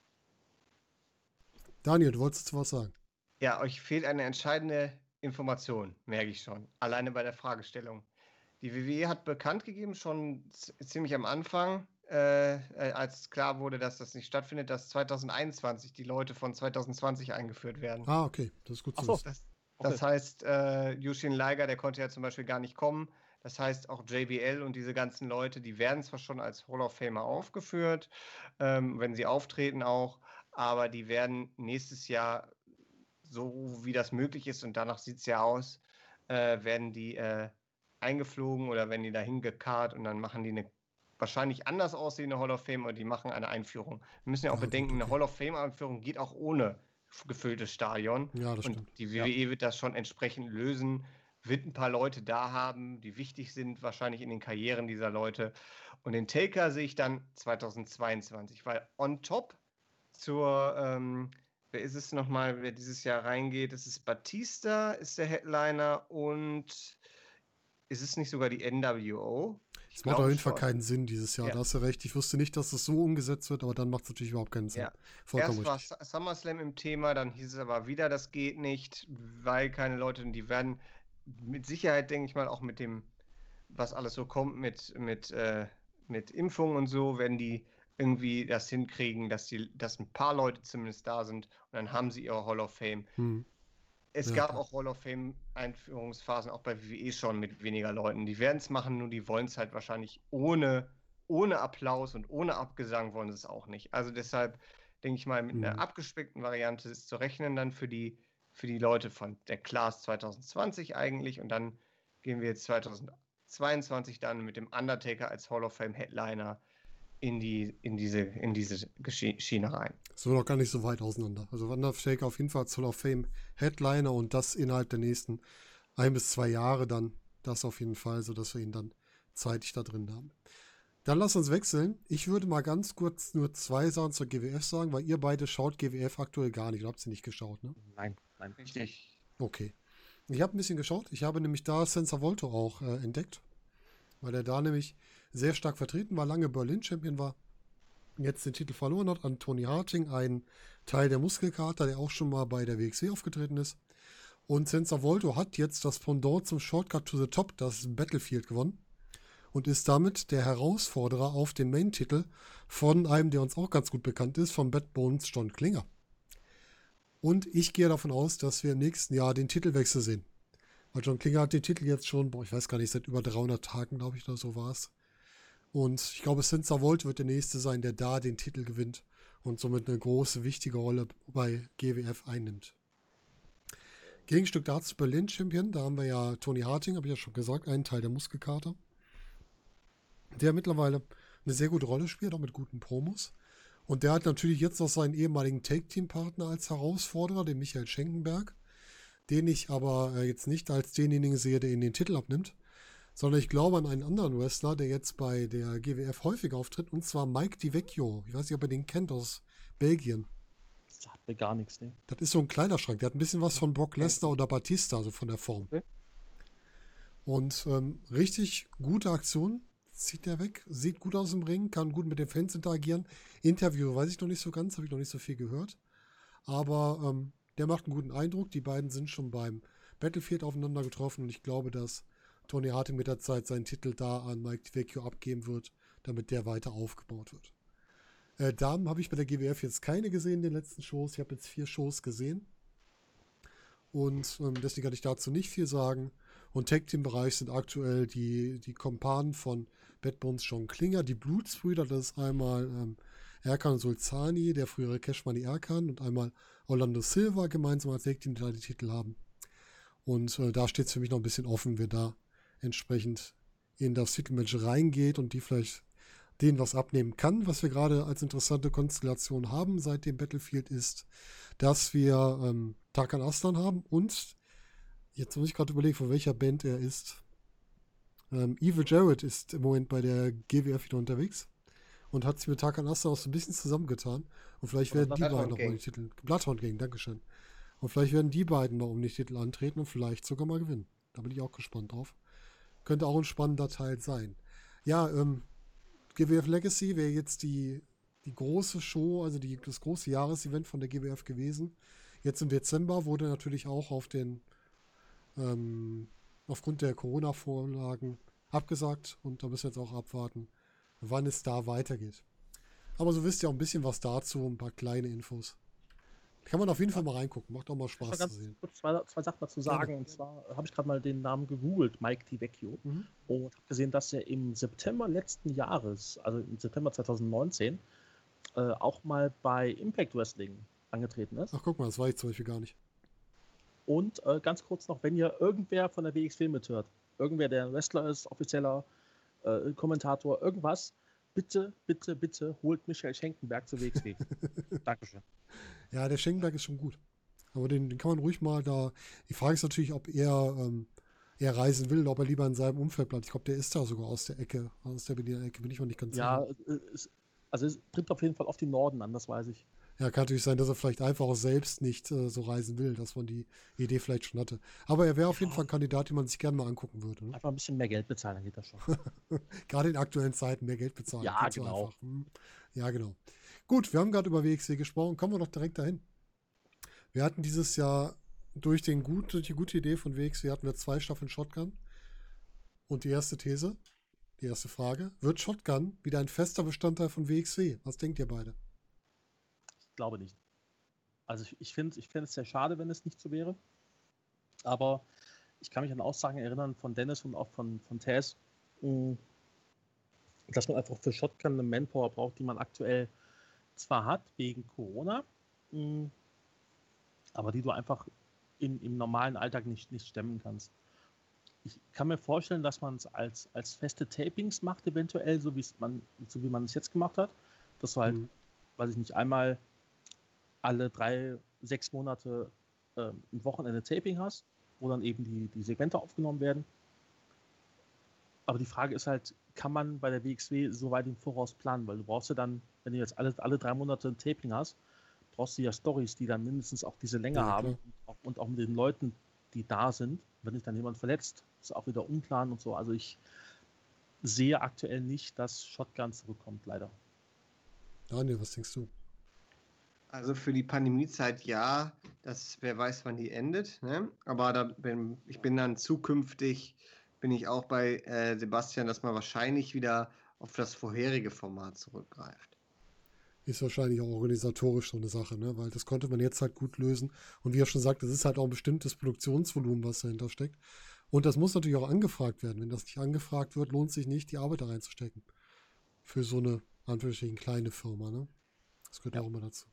Daniel, du wolltest was sagen? Ja, euch fehlt eine entscheidende Information, merke ich schon. Alleine bei der Fragestellung. Die WWE hat bekannt gegeben, schon ziemlich am Anfang, als klar wurde, dass das nicht stattfindet, dass 2021 die Leute von 2020 eingeführt werden. Ah, okay, das ist gut zu wissen. Das heißt, Jushin Liger, der konnte ja zum Beispiel gar nicht kommen. Das heißt, auch JBL und diese ganzen Leute, die werden zwar schon als Hall of Famer aufgeführt, wenn sie auftreten auch, aber die werden nächstes Jahr, so wie das möglich ist, und danach sieht es ja aus, werden die eingeflogen oder werden die dahin gekarrt und dann machen die eine wahrscheinlich anders aussehende Hall of Fame und die machen eine Einführung. Wir müssen ja auch bedenken, eine Hall of Fame-Einführung geht auch ohne gefülltes Stadion. Ja, das und stimmt. Die WWE wird das schon entsprechend lösen, wird ein paar Leute da haben, die wichtig sind, wahrscheinlich in den Karrieren dieser Leute. Und den Taker sehe ich dann 2022, weil on top zur, wer ist es nochmal, wer dieses Jahr reingeht? Es ist Batista, ist der Headliner, und ist es nicht sogar die NWO? Es macht auf jeden Fall keinen Sinn dieses Jahr, Ja. da hast du recht. Ich wusste nicht, dass das so umgesetzt wird, aber dann macht es natürlich überhaupt keinen Sinn. Ja. Vollkommen Erst war richtig. SummerSlam im Thema, dann hieß es aber wieder, das geht nicht, weil keine Leute, und die werden mit Sicherheit, denke ich mal, auch mit dem, was alles so kommt, mit Impfungen und so, werden die irgendwie das hinkriegen, dass ein paar Leute zumindest da sind und dann haben sie ihre Hall of Fame. Es Ja, gab klar. auch Hall of Fame-Einführungsphasen, auch bei WWE schon mit weniger Leuten. Die werden es machen, nur die wollen es halt wahrscheinlich ohne Applaus und ohne Abgesang wollen sie es auch nicht. Also deshalb denke ich mal, mit einer Mhm. abgespeckten Variante ist zu rechnen dann für die Leute von der Class 2020 eigentlich. Und dann gehen wir jetzt 2022 dann mit dem Undertaker als Hall of Fame Headliner in diese Schiene rein. So noch gar nicht so weit auseinander. Also Undertaker auf jeden Fall als Hall of Fame Headliner und das innerhalb der nächsten 1 bis 2 Jahre dann. Das auf jeden Fall, sodass wir ihn dann zeitig da drin haben. Dann lass uns wechseln. Ich würde mal ganz kurz nur 2 Sachen zur GWF sagen, weil ihr beide schaut GWF aktuell gar nicht. Ihr habt sie nicht geschaut, ne? Nein, nein. Richtig. Okay. Ich habe ein bisschen geschaut. Ich habe nämlich da Sensor Volto auch entdeckt, weil er da nämlich sehr stark vertreten war, lange Berlin-Champion war, jetzt den Titel verloren hat an Tony Harting, ein Teil der Muskelkater, der auch schon mal bei der WXW aufgetreten ist. Und Sensor Volto hat jetzt das Pendant zum Shortcut to the Top, das Battlefield, gewonnen und ist damit der Herausforderer auf den Main-Titel von einem, der uns auch ganz gut bekannt ist, von Bad Bones John Klinger. Und ich gehe davon aus, dass wir im nächsten Jahr den Titelwechsel sehen. Weil John Klinger hat den Titel jetzt schon, ich weiß gar nicht, seit über 300 Tagen, glaube ich, oder so war es. Und ich glaube, Sensor Volt wird der Nächste sein, der da den Titel gewinnt und somit eine große, wichtige Rolle bei GWF einnimmt. Gegenstück dazu Berlin-Champion, da haben wir ja Tony Harting, habe ich ja schon gesagt, einen Teil der Muskelkater, der mittlerweile eine sehr gute Rolle spielt, auch mit guten Promos. Und der hat natürlich jetzt noch seinen ehemaligen Take-Team-Partner als Herausforderer, den Michael Schenkenberg, den ich aber jetzt nicht als denjenigen sehe, der ihn den Titel abnimmt, sondern ich glaube an einen anderen Wrestler, der jetzt bei der GWF häufig auftritt, und zwar Mike Di-Vecchio. Ich weiß nicht, ob ihr den kennt aus Belgien. Das sagt mir gar nichts, ne? Das ist so ein Kleiderschrank. Der hat ein bisschen was von Brock Lesnar oder Batista, also von der Form. Okay. Und richtig gute Aktion. Zieht der weg, sieht gut aus im Ring, kann gut mit den Fans interagieren. Interview weiß ich noch nicht so ganz, habe ich noch nicht so viel gehört. Aber der macht einen guten Eindruck. Die beiden sind schon beim Battlefield aufeinander getroffen und ich glaube, dass Tony Harting mit der Zeit seinen Titel da an Mike Vecchio abgeben wird, damit der weiter aufgebaut wird. Damen habe ich bei der GWF jetzt keine gesehen in den letzten Shows. Ich habe jetzt 4 Shows gesehen. Und deswegen kann ich dazu nicht viel sagen. Und Tag-Team-Bereich sind aktuell die Kompanen von Bad Bones John Klinger, die Blutsbrüder, das ist einmal Erkan Sulzani, der frühere Cash Money Erkan, und einmal Orlando Silva gemeinsam als Tag-Team, die da die Titel haben. Und da steht es für mich noch ein bisschen offen, wer da entsprechend in das Titelmatch reingeht und die vielleicht denen was abnehmen kann. Was wir gerade als interessante Konstellation haben seit dem Battlefield ist, dass wir Tarkan Aslan haben und jetzt muss ich gerade überlegen, von welcher Band er ist. Evil Jared ist im Moment bei der GWF wieder unterwegs und hat sich mit Tarkan Aslan auch so ein bisschen zusammengetan. Und vielleicht werden die beiden noch um die Titel. Bloodhound Gang, Dankeschön. Und vielleicht werden die beiden noch um die Titel antreten und vielleicht sogar mal gewinnen. Da bin ich auch gespannt drauf. Könnte auch ein spannender Teil sein. Ja, GWF Legacy wäre jetzt die große Show, also das große Jahresevent von der GWF gewesen. Jetzt im Dezember wurde natürlich auch aufgrund der Corona-Vorlagen abgesagt und da müssen wir jetzt auch abwarten, wann es da weitergeht. Aber so wisst ihr auch ein bisschen was dazu, ein paar kleine Infos. Kann man auf jeden Fall mal reingucken, macht auch mal Spaß zu sehen. Kurz zwei Sachen dazu sagen. Gerne. Und zwar habe ich gerade mal den Namen gegoogelt, Mike Di-Vecchio, und habe gesehen, dass er im September letzten Jahres, also im September 2019, auch mal bei Impact Wrestling angetreten ist. Ach, guck mal, das weiß ich zum Beispiel gar nicht. Und ganz kurz noch, wenn ihr irgendwer von der WXW mithört, irgendwer, der ein Wrestler ist, offizieller Kommentator, irgendwas, bitte, bitte, bitte holt Michael Schenkenberg zur WXW. Dankeschön. Ja, der Schenkenberg ist schon gut. Aber den kann man ruhig mal da. Die Frage ist natürlich, ob er reisen will, ob er lieber in seinem Umfeld bleibt. Ich glaube, der ist da sogar aus der Ecke, aus der Berliner Ecke, bin ich mir nicht ganz sicher. Ja, es tritt auf jeden Fall auf den Norden an, das weiß ich. Ja, kann natürlich sein, dass er vielleicht einfach auch selbst nicht so reisen will, dass man die Idee vielleicht schon hatte. Aber er wäre auf jeden Fall ein Kandidat, den man sich gerne mal angucken würde. Ne? Einfach ein bisschen mehr Geld bezahlen, dann geht das schon. Gerade in aktuellen Zeiten mehr Geld bezahlen. Ja, Geht so genau. einfach. Ja, genau. Gut, wir haben gerade über WXW gesprochen. Kommen wir doch direkt dahin. Wir hatten dieses Jahr durch die gute Idee von WXW hatten wir 2 Staffeln Shotgun. Und die erste These, die erste Frage, wird Shotgun wieder ein fester Bestandteil von WXW? Was denkt ihr beide? Ich glaube nicht. Also ich finde es sehr schade, wenn es nicht so wäre. Aber ich kann mich an Aussagen erinnern von Dennis und auch von Taz, dass man einfach für Shotgun eine Manpower braucht, die man aktuell zwar hat, wegen Corona, aber die du einfach im normalen Alltag nicht stemmen kannst. Ich kann mir vorstellen, dass man es als feste Tapings macht, eventuell, so wie man es jetzt gemacht hat. Dass du halt, weiß ich nicht, einmal alle 6 Monate ein Wochenende Taping hast, wo dann eben die Segmente aufgenommen werden. Aber die Frage ist halt, kann man bei der WXW so weit im Voraus planen? Weil du brauchst ja dann, wenn du jetzt alle 3 Monate ein Taping hast, brauchst du ja Storys, die dann mindestens auch diese Länge haben und auch mit den Leuten, die da sind. Wenn sich dann jemand verletzt, ist auch wieder unklar und so. Also ich sehe aktuell nicht, dass Shotgun zurückkommt, leider. Daniel, was denkst du? Also für die Pandemiezeit ja, wer weiß, wann die endet. Ne? Aber ich bin dann zukünftig, bin ich auch bei Sebastian, dass man wahrscheinlich wieder auf das vorherige Format zurückgreift. Ist wahrscheinlich auch organisatorisch so eine Sache, ne? Weil das konnte man jetzt halt gut lösen. Und wie er schon sagt, das ist halt auch ein bestimmtes Produktionsvolumen, was dahinter steckt. Und das muss natürlich auch angefragt werden. Wenn das nicht angefragt wird, lohnt sich nicht, die Arbeit da reinzustecken. Für so eine, anführungsstrichen, kleine Firma, ne? Das gehört auch immer dazu.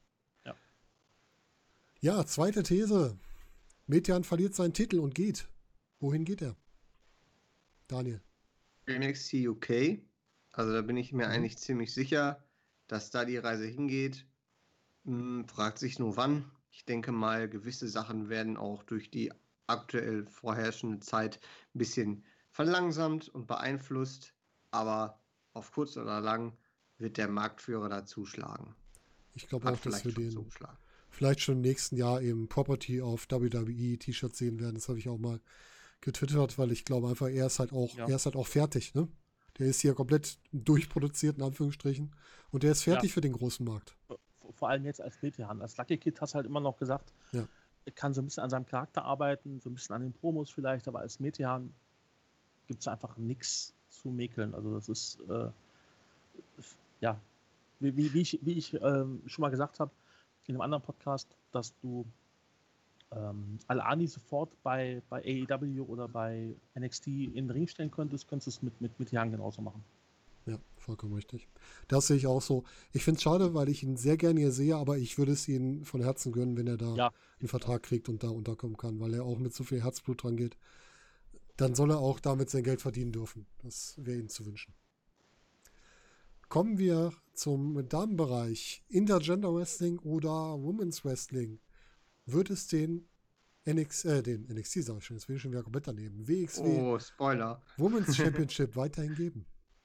Ja, zweite These. Metehan verliert seinen Titel und geht. Wohin geht er? Daniel. NXT UK. Also da bin ich mir eigentlich ziemlich sicher, dass da die Reise hingeht. Fragt sich nur wann. Ich denke mal, gewisse Sachen werden auch durch die aktuell vorherrschende Zeit ein bisschen verlangsamt und beeinflusst. Aber auf kurz oder lang wird der Marktführer da zuschlagen. Ich glaube auch, dass wir den zugeschlagen. Vielleicht schon im nächsten Jahr eben Property auf WWE-T-Shirts sehen werden. Das habe ich auch mal getwittert, weil ich glaube einfach, er ist halt auch fertig, ne? Der ist hier komplett durchproduziert, in Anführungsstrichen. Und der ist fertig für den großen Markt. Vor allem jetzt als Metehan. Als Lucky Kid hast du halt immer noch gesagt, er kann so ein bisschen an seinem Charakter arbeiten, so ein bisschen an den Promos vielleicht, aber als Metehan gibt es einfach nichts zu mäkeln. Also das ist, wie ich schon mal gesagt habe, in einem anderen Podcast, dass du Al-Ani sofort bei AEW oder bei NXT in den Ring stellen könntest du es mit Jan genauso machen. Ja, vollkommen richtig. Das sehe ich auch so. Ich finde es schade, weil ich ihn sehr gerne hier sehe, aber ich würde es ihm von Herzen gönnen, wenn er da einen Vertrag kriegt und da unterkommen kann, weil er auch mit so viel Herzblut dran geht. Dann soll er auch damit sein Geld verdienen dürfen. Das wäre ihm zu wünschen. Kommen wir zum Damenbereich. Intergender Wrestling oder Women's Wrestling. Wird es den NXT, sag ich schon, jetzt will ich schon wieder komplett daneben. WXW Spoiler. Women's Championship weiterhin geben?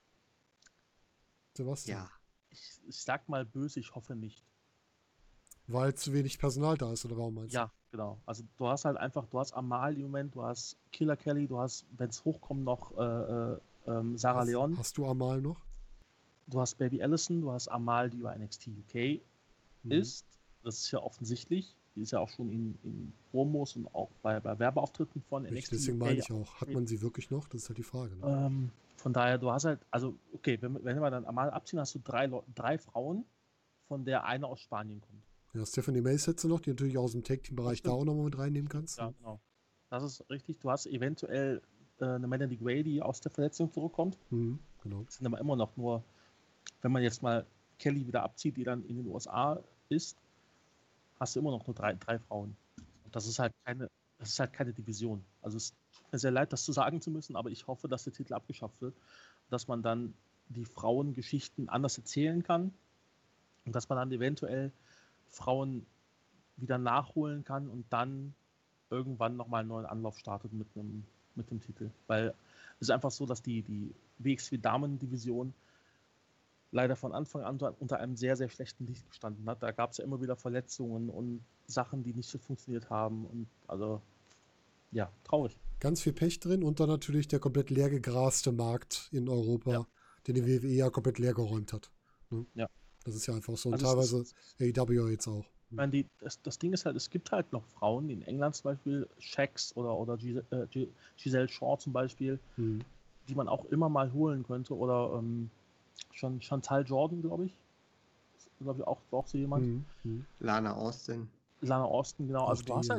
Sebastian? Ja. Ich sag mal böse, ich hoffe nicht. Weil zu wenig Personal da ist, oder warum meinst du? Ja, genau. Also du hast halt einfach, du hast Amal im Moment, du hast Killer Kelly, du hast, wenn es hochkommt, noch Sarah Leon. Hast du Amal noch? Du hast Baby Allison, du hast Amal, die über NXT UK ist. Das ist ja offensichtlich. Die ist ja auch schon in Promos und auch bei Werbeauftritten von NXT. Deswegen meine ich auch. Hat man sie wirklich noch? Das ist halt die Frage. Ne? Von daher, du hast halt, also okay, wenn wir dann Amal abziehen, hast du 3 Frauen, von der eine aus Spanien kommt. Ja, Stephanie Mace hättest du noch, die natürlich aus dem Tag-Team-Bereich da auch nochmal mit reinnehmen kannst. Ja, genau. Das ist richtig. Du hast eventuell eine Melanie Gray, die aus der Verletzung zurückkommt. Genau. Das sind aber immer noch nur, wenn man jetzt mal Kelly wieder abzieht, die dann in den USA ist, hast du immer noch nur 3 Frauen. Und das ist halt keine Division. Also es tut mir sehr leid, das zu sagen zu müssen, aber ich hoffe, dass der Titel abgeschafft wird, dass man dann die Frauengeschichten anders erzählen kann und dass man dann eventuell Frauen wieder nachholen kann und dann irgendwann nochmal einen neuen Anlauf startet mit dem Titel. Weil es ist einfach so, dass die WXW-Damen-Division leider von Anfang an unter einem sehr, sehr schlechten Licht gestanden hat. Da gab es ja immer wieder Verletzungen und Sachen, die nicht so funktioniert haben. Und also, ja, traurig. Ganz viel Pech drin und dann natürlich der komplett leer gegraste Markt in Europa, den die WWE ja komplett leer geräumt hat. Ne? Ja. Das ist ja einfach so. Und teilweise AEW jetzt auch. Ich meine, das Ding ist halt, es gibt halt noch Frauen, in England zum Beispiel, Shax oder Giselle Shaw zum Beispiel, die man auch immer mal holen könnte. Oder Chantal Jordan, glaube ich. Glaube ich auch so jemand. Lana Austin. Lana Austin, genau. Also du hast halt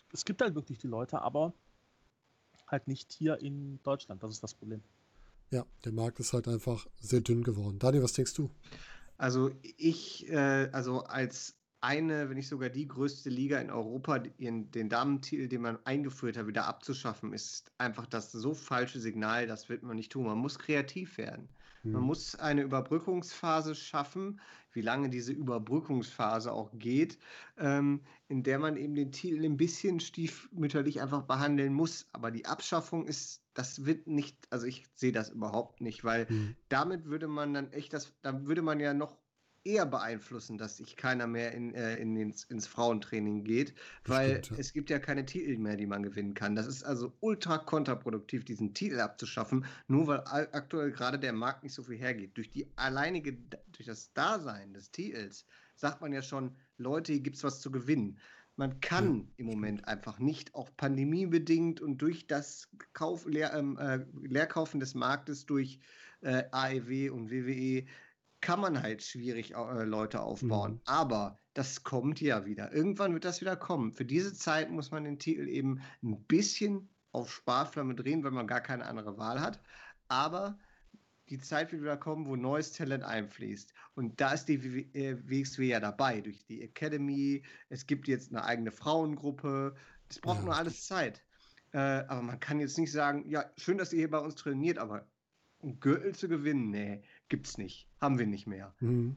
es gibt halt wirklich die Leute, aber halt nicht hier in Deutschland. Das ist das Problem. Ja, der Markt ist halt einfach sehr dünn geworden. Daniel, was denkst du? Also also als eine, wenn nicht sogar die größte Liga in Europa, den Damentitel, den man eingeführt hat, wieder abzuschaffen, ist einfach das so falsche Signal, das wird man nicht tun. Man muss kreativ werden. Man muss eine Überbrückungsphase schaffen, wie lange diese Überbrückungsphase auch geht, in der man eben den Titel ein bisschen stiefmütterlich einfach behandeln muss. Aber die Abschaffung das wird nicht, also ich sehe das überhaupt nicht, weil damit würde man dann dann würde man ja noch eher beeinflussen, dass sich keiner mehr ins Frauentraining geht, weil Bestimmt, ja. es gibt ja keine Titel mehr, die man gewinnen kann. Das ist also ultra kontraproduktiv, diesen Titel abzuschaffen, nur weil aktuell gerade der Markt nicht so viel hergeht. Durch das Dasein des Titels sagt man ja schon, Leute, hier gibt es was zu gewinnen. Man kann im Moment einfach nicht, auch pandemiebedingt und durch das Leerkaufen des Marktes durch AEW und WWE, kann man halt schwierig Leute aufbauen. Aber das kommt ja wieder. Irgendwann wird das wieder kommen. Für diese Zeit muss man den Titel eben ein bisschen auf Sparflamme drehen, weil man gar keine andere Wahl hat. Aber die Zeit wird wieder kommen, wo neues Talent einfließt. Und da ist die WXW ja dabei, durch die Academy. Es gibt jetzt eine eigene Frauengruppe. Das braucht nur alles Zeit. Aber man kann jetzt nicht sagen, ja, schön, dass ihr hier bei uns trainiert, aber um Gürtel zu gewinnen, nee, gibt's nicht. Haben wir nicht mehr.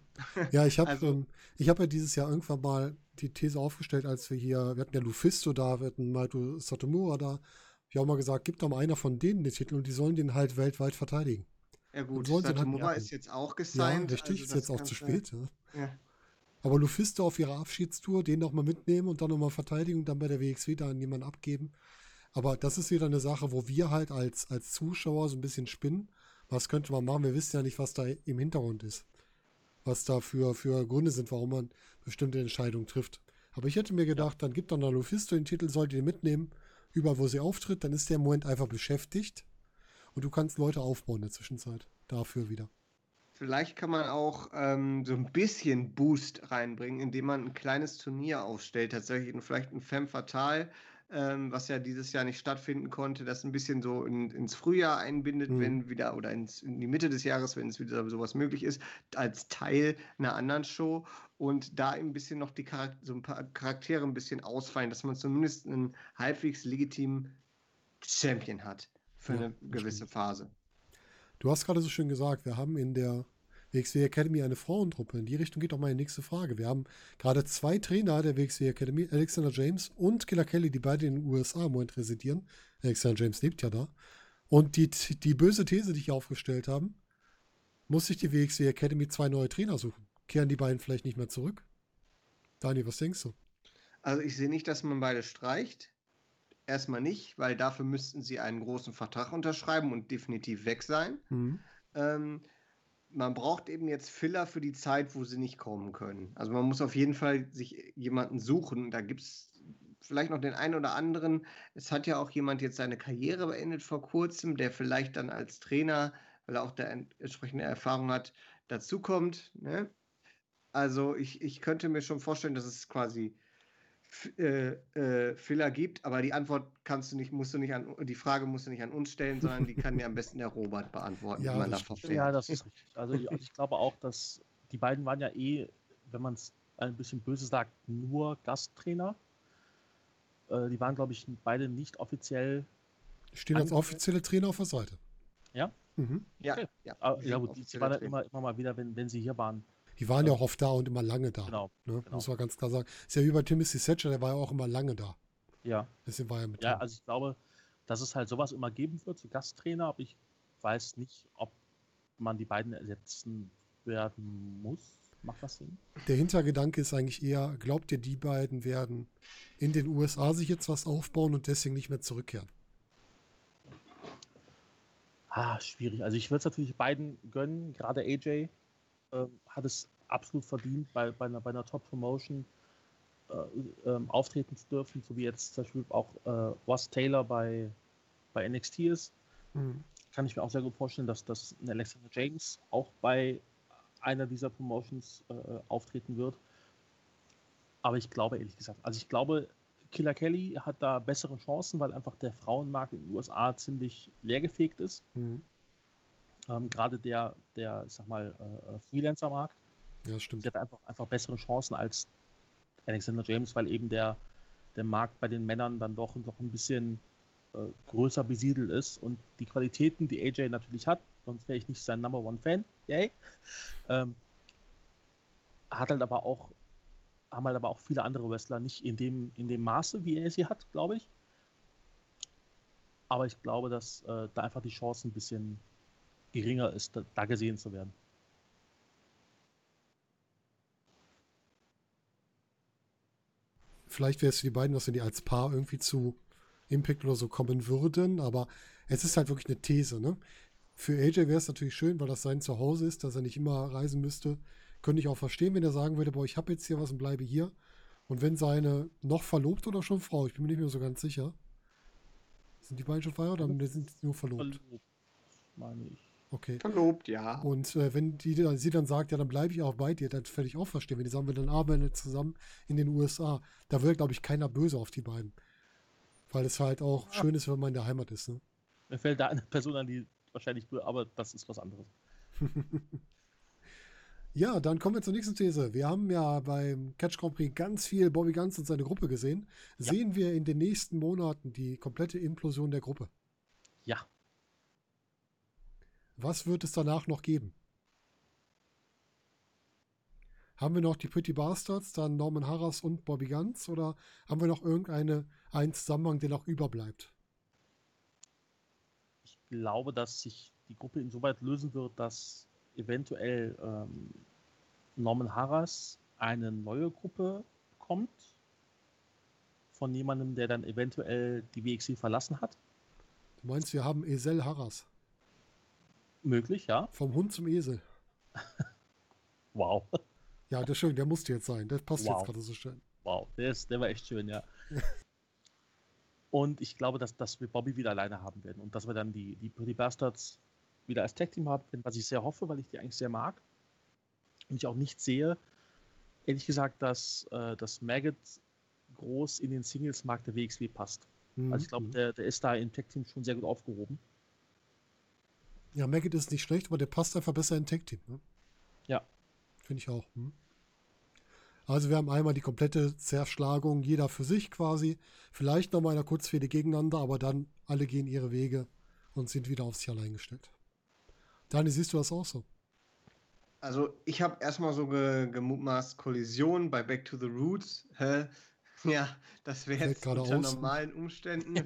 Ja, ich habe Also, hab ja dieses Jahr irgendwann mal die These aufgestellt, wir hatten ja Lufisto da, wir hatten Maito Satomura da. Ich habe auch mal gesagt, gib doch mal einer von denen den Titel und die sollen den halt weltweit verteidigen. ja Und gut, sollen sie ihn halt Satomura merken. ist jetzt auch Ja, gesigned. richtig, Also ist jetzt das auch zu spät. Ja. Ja. Aber Lufisto auf ihrer Abschiedstour, den nochmal mitnehmen und dann nochmal verteidigen und dann bei der WXW da an jemanden abgeben. Aber das ist wieder eine Sache, wo wir halt als Zuschauer so ein bisschen spinnen. Was könnte man machen? Wir wissen ja nicht, was da im Hintergrund ist. Was da für Gründe sind, warum man bestimmte Entscheidungen trifft. Aber ich hätte mir gedacht, dann gibt doch noch Lufisto den Titel, sollt ihr den mitnehmen, überall wo sie auftritt, dann ist der im Moment einfach beschäftigt und du kannst Leute aufbauen in der Zwischenzeit. Dafür wieder. Vielleicht kann man auch so ein bisschen Boost reinbringen, indem man ein kleines Turnier aufstellt, tatsächlich vielleicht ein Femme Fatale, was ja dieses Jahr nicht stattfinden konnte, das ein bisschen so ins Frühjahr einbindet, wenn wieder, oder in die Mitte des Jahres, wenn es wieder sowas möglich ist, als Teil einer anderen Show und da ein bisschen noch so ein paar Charaktere ein bisschen ausfallen, dass man zumindest einen halbwegs legitimen Champion hat für eine gewisse Phase. Du hast gerade so schön gesagt, wir haben in der WXW Academy eine Frauentruppe. In die Richtung geht auch meine nächste Frage. Wir haben gerade 2 Trainer der WXW Academy, Alexander James und Killer Kelly, die beide in den USA im Moment residieren. Alexander James lebt ja da. Und die böse These, die ich hier aufgestellt habe, muss sich die WXW Academy 2 neue Trainer suchen. Kehren die beiden vielleicht nicht mehr zurück? Dani, was denkst du? Also ich sehe nicht, dass man beide streicht. Erstmal nicht, weil dafür müssten sie einen großen Vertrag unterschreiben und definitiv weg sein. Man braucht eben jetzt Filler für die Zeit, wo sie nicht kommen können. Also man muss auf jeden Fall sich jemanden suchen. Da gibt es vielleicht noch den einen oder anderen. Es hat ja auch jemand jetzt seine Karriere beendet vor kurzem, der vielleicht dann als Trainer, weil er auch der entsprechende Erfahrung hat, dazukommt. Ne? Also ich könnte mir schon vorstellen, dass es quasi Filler gibt, aber die Antwort die Frage musst du nicht an uns stellen, sondern die kann dir am besten der Robert beantworten, Ja, wie man da das stimmt. verfährt. Ja, das ist richtig. Also ich glaube auch, dass die beiden waren ja wenn man es ein bisschen böse sagt, nur Gasttrainer. Die waren, glaube ich, beide nicht offiziell. Stehen als offizielle Trainer auf der Seite. Ja? Ja, Okay. ja, Ja gut, die waren dann immer mal wieder, wenn sie hier waren. Die waren ja auch oft da und immer lange da. Genau, Ne? genau. Muss man ganz klar sagen. Ist ja wie bei Timothy Thatcher, der war ja auch immer lange da. Ja. Deswegen war er mit Ja, drin. also ich glaube, dass es halt sowas immer geben wird, so Gasttrainer, aber ich weiß nicht, ob man die beiden ersetzen werden muss. Macht das Sinn? Der Hintergedanke ist eigentlich eher, glaubt ihr, die beiden werden in den USA sich jetzt was aufbauen und deswegen nicht mehr zurückkehren? Schwierig. Also ich würde es natürlich beiden gönnen. Gerade AJ hat es absolut verdient, bei einer Top-Promotion auftreten zu dürfen, so wie jetzt zum Beispiel auch Ross Taylor bei NXT ist. Kann ich mir auch sehr gut vorstellen, dass ein Alexander James auch bei einer dieser Promotions auftreten wird. Aber ich glaube, ehrlich gesagt, also ich glaube, Killer Kelly hat da bessere Chancen, weil einfach der Frauenmarkt in den USA ziemlich leergefegt ist. Gerade der, ich sag mal, Freelancer-Markt. Ja, stimmt. Sie hat einfach bessere Chancen als Alexander James, weil eben der Markt bei den Männern dann doch ein bisschen größer besiedelt ist und die Qualitäten, die AJ natürlich hat, sonst wäre ich nicht sein Number One Fan, yay, haben halt aber auch viele andere Wrestler nicht in dem Maße, wie er sie hat, glaube ich. Aber ich glaube, dass da einfach die Chance ein bisschen geringer ist, da gesehen zu werden. Vielleicht wäre es für die beiden, dass wenn die als Paar irgendwie zu Impact oder so kommen würden, aber es ist halt wirklich eine These, ne? Für AJ wäre es natürlich schön, weil das sein Zuhause ist, dass er nicht immer reisen müsste. Könnte ich auch verstehen, wenn er sagen würde, boah, ich habe jetzt hier was und bleibe hier. Und wenn seine noch verlobt oder schon Frau, ich bin mir nicht mehr so ganz sicher. Sind die beiden schon verheiratet oder sind sie nur verlobt? Verlobt, meine ich. Okay. Verlobt, ja. Und wenn sie dann sagt, ja, dann bleibe ich auch bei dir, dann werde ich auch verstehen. Wenn die sagen, wir dann arbeiten wir zusammen in den USA, da wird, glaube ich, keiner böse auf die beiden. Weil es halt auch schön ist, wenn man in der Heimat ist. Ne? Mir fällt da eine Person an, die wahrscheinlich, aber das ist was anderes. Ja, dann kommen wir zur nächsten These. Wir haben ja beim Catch Grand Prix ganz viel Bobby Guns und seine Gruppe gesehen. Ja. Sehen wir in den nächsten Monaten die komplette Implosion der Gruppe? Ja. Was wird es danach noch geben? Haben wir noch die Pretty Bastards, dann Norman Harras und Bobby Guns oder haben wir noch einen Zusammenhang, der noch überbleibt? Ich glaube, dass sich die Gruppe insoweit lösen wird, dass eventuell Norman Harras eine neue Gruppe bekommt von jemandem, der dann eventuell die WXW verlassen hat. Du meinst, wir haben Esel Harras. Möglich, ja. Vom Hund zum Esel. Wow. Ja, das ist schön, der musste jetzt sein. Das passt Wow. jetzt gerade so schön. Wow, der war echt schön, ja. Und ich glaube, dass wir Bobby wieder alleine haben werden und dass wir dann die Pretty Bastards wieder als Tag-Team haben, was ich sehr hoffe, weil ich die eigentlich sehr mag. Und ich auch nicht sehe, ehrlich gesagt, dass Maggot groß in den Singles-Markt der WXW passt. Also ich glaube, der ist da im Tag-Team schon sehr gut aufgehoben. Ja, Maggot ist nicht schlecht, aber der passt einfach besser in Tag-Team. Ne? Ja. Finde ich auch. Also wir haben einmal die komplette Zerschlagung, jeder für sich quasi. Vielleicht nochmal in einer Kurzfehde gegeneinander, aber dann alle gehen ihre Wege und sind wieder auf sich allein gestellt. Dani, siehst du das auch so? Also ich habe erstmal so gemutmaßt, Kollision bei Back to the Roots. Ja, das wäre jetzt unter normalen Umständen.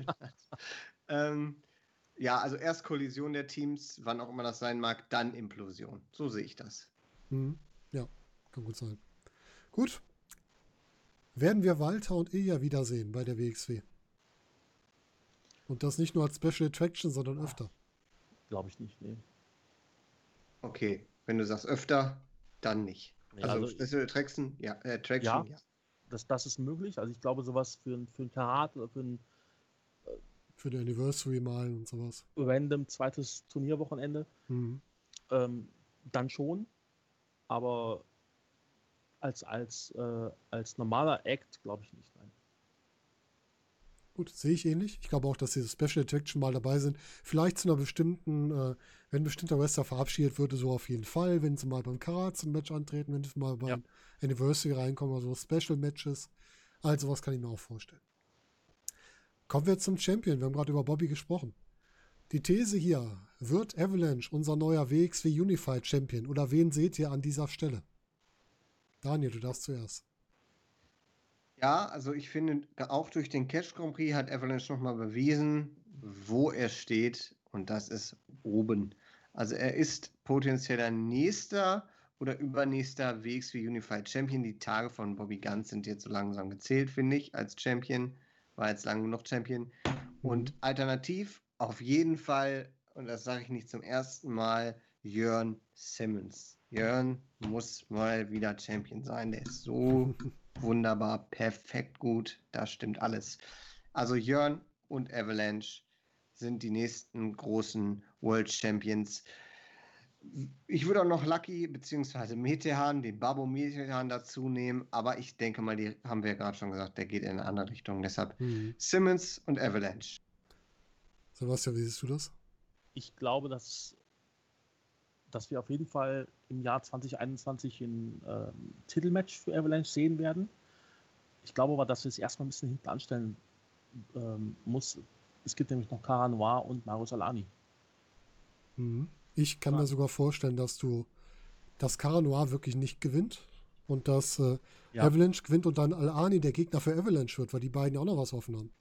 Ja, also erst Kollision der Teams, wann auch immer das sein mag, dann Implosion. So sehe ich das. Ja, kann gut sein. Gut. Werden wir Walter und Ilja wiedersehen bei der WXW? Und das nicht nur als Special Attraction, sondern öfter? Glaube ich nicht, nee. Okay, wenn du sagst öfter, dann nicht. Nee, also Special Attraction, ja. Ja. Das ist möglich. Also ich glaube, sowas für ein Karat oder für die Anniversary mal und sowas. Random zweites Turnierwochenende. Dann schon. Aber als normaler Act glaube ich nicht, nein. Gut, sehe ich ähnlich. Ich glaube auch, dass diese Special Attraction mal dabei sind. Vielleicht zu einer bestimmten, wenn ein bestimmter Wrestler verabschiedet würde, so auf jeden Fall. Wenn sie mal beim Karat zum Match antreten, wenn sie mal beim Anniversary reinkommen, also Special Matches. Also was kann ich mir auch vorstellen. Kommen wir zum Champion. Wir haben gerade über Bobby gesprochen. Die These hier, wird Avalanche unser neuer WXW Unified Champion oder wen seht ihr an dieser Stelle? Daniel, du darfst zuerst. Ja, also ich finde, auch durch den Catch Grand Prix hat Avalanche nochmal bewiesen, wo er steht und das ist oben. Also er ist potenzieller nächster oder übernächster WXW Unified Champion. Die Tage von Bobby Guns sind jetzt so langsam gezählt, finde ich, als Champion. War jetzt lange genug Champion. Und alternativ auf jeden Fall, und das sage ich nicht zum ersten Mal, Jörn Simmons. Jörn muss mal wieder Champion sein. Der ist so wunderbar, perfekt gut. Da stimmt alles. Also Jörn und Avalanche sind die nächsten großen World Champions. Ich würde auch noch Lucky bzw. Metehan, den Babo Metehan dazu nehmen, aber ich denke mal, die haben wir ja gerade schon gesagt, der geht in eine andere Richtung. Deshalb Simmons und Avalanche. Sebastian, wie siehst du das? Ich glaube, dass wir auf jeden Fall im Jahr 2021 ein Titelmatch für Avalanche sehen werden. Ich glaube aber, dass wir es erstmal ein bisschen hinten anstellen muss. Es gibt nämlich noch Cara Noir und Marius Alani. Ich kann mir sogar vorstellen, dass Cara Noir wirklich nicht gewinnt und dass Avalanche gewinnt und dann Alani der Gegner für Avalanche wird, weil die beiden ja auch noch was offen haben.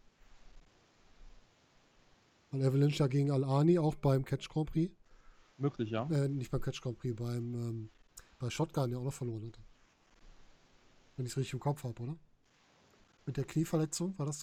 Weil Avalanche ja gegen Alani auch beim Catch Grand Prix. Möglich, ja. Nicht beim Catch Grand Prix, bei Shotgun ja auch noch verloren hatte. Wenn ich es richtig im Kopf habe, oder? Mit der Knieverletzung, war das?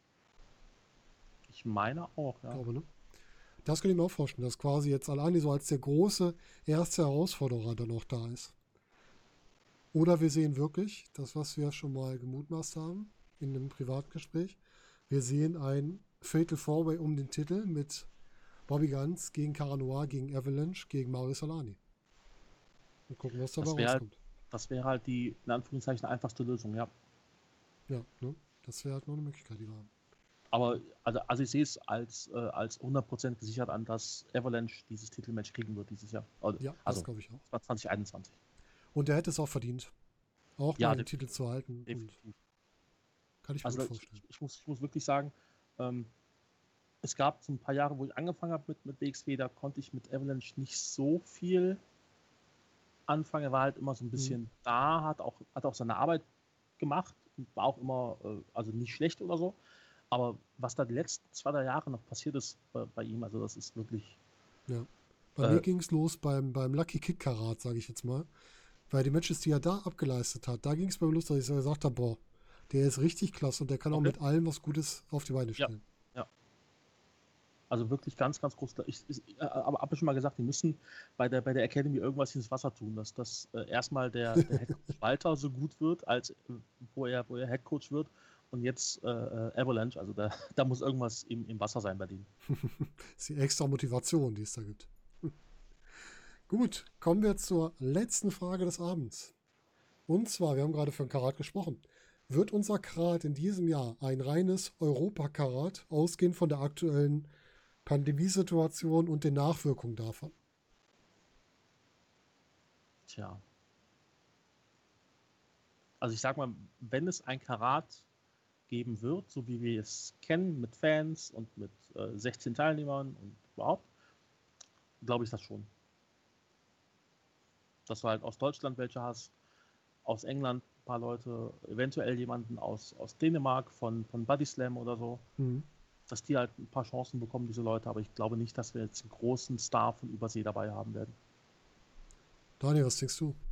Ich meine auch, ja. Ich glaube, ne? Das kann ich mir auch vorstellen, dass quasi jetzt Alani so als der große erste Herausforderer dann noch da ist. Oder wir sehen wirklich, das, was wir schon mal gemutmaßt haben, in einem Privatgespräch, wir sehen ein Fatal Four-Way um den Titel mit Bobby Guns gegen Cara Noir, gegen Avalanche, gegen Marius Alani. Und gucken, was dabei rauskommt. Das wäre halt die, in Anführungszeichen, einfachste Lösung, ja. Ja, ne? Das wäre halt noch eine Möglichkeit, die wir haben. Aber also ich sehe es als 100% gesichert an, dass Avalanche dieses Titelmatch kriegen wird dieses Jahr. Ja, das glaube ich auch. Das war 2021. Und er hätte es auch verdient, auch mal den Titel zu halten. Definitiv. Und kann ich mir gut vorstellen. Ich muss wirklich sagen, es gab so ein paar Jahre, wo ich angefangen habe mit WXW, da konnte ich mit Avalanche nicht so viel anfangen. Er war halt immer so ein bisschen da, hat auch seine Arbeit gemacht und war auch immer, also nicht schlecht oder so. Aber was da die letzten 2-3 Jahre noch passiert ist bei ihm, also das ist wirklich... Ja. Bei mir ging es los beim Lucky Kick Karat, sage ich jetzt mal. Weil die Matches, die er da abgeleistet hat, da ging es bei mir los, dass ich so gesagt habe, boah, der ist richtig klasse und der kann auch mit allem was Gutes auf die Beine stellen. Ja. Also wirklich ganz, ganz groß. Aber habe ich schon mal gesagt, die müssen bei der Academy irgendwas ins Wasser tun, dass erstmal der Headcoach Walter so gut wird, als wo er Headcoach wird. Und jetzt Avalanche, also da muss irgendwas im Wasser sein bei denen. Das ist die extra Motivation, die es da gibt. Gut, kommen wir zur letzten Frage des Abends. Und zwar, wir haben gerade von Karat gesprochen. Wird unser Karat in diesem Jahr ein reines Europa-Karat, ausgehend von der aktuellen Pandemiesituation und den Nachwirkungen davon? Tja. Also ich sag mal, wenn es ein Karat geben wird, so wie wir es kennen, mit Fans und mit 16 Teilnehmern und überhaupt, glaube ich das schon. Dass du halt aus Deutschland welche hast, aus England ein paar Leute, eventuell jemanden aus Dänemark von Body Slam oder so, dass die halt ein paar Chancen bekommen, diese Leute, aber ich glaube nicht, dass wir jetzt einen großen Star von Übersee dabei haben werden. Daniel, was denkst du?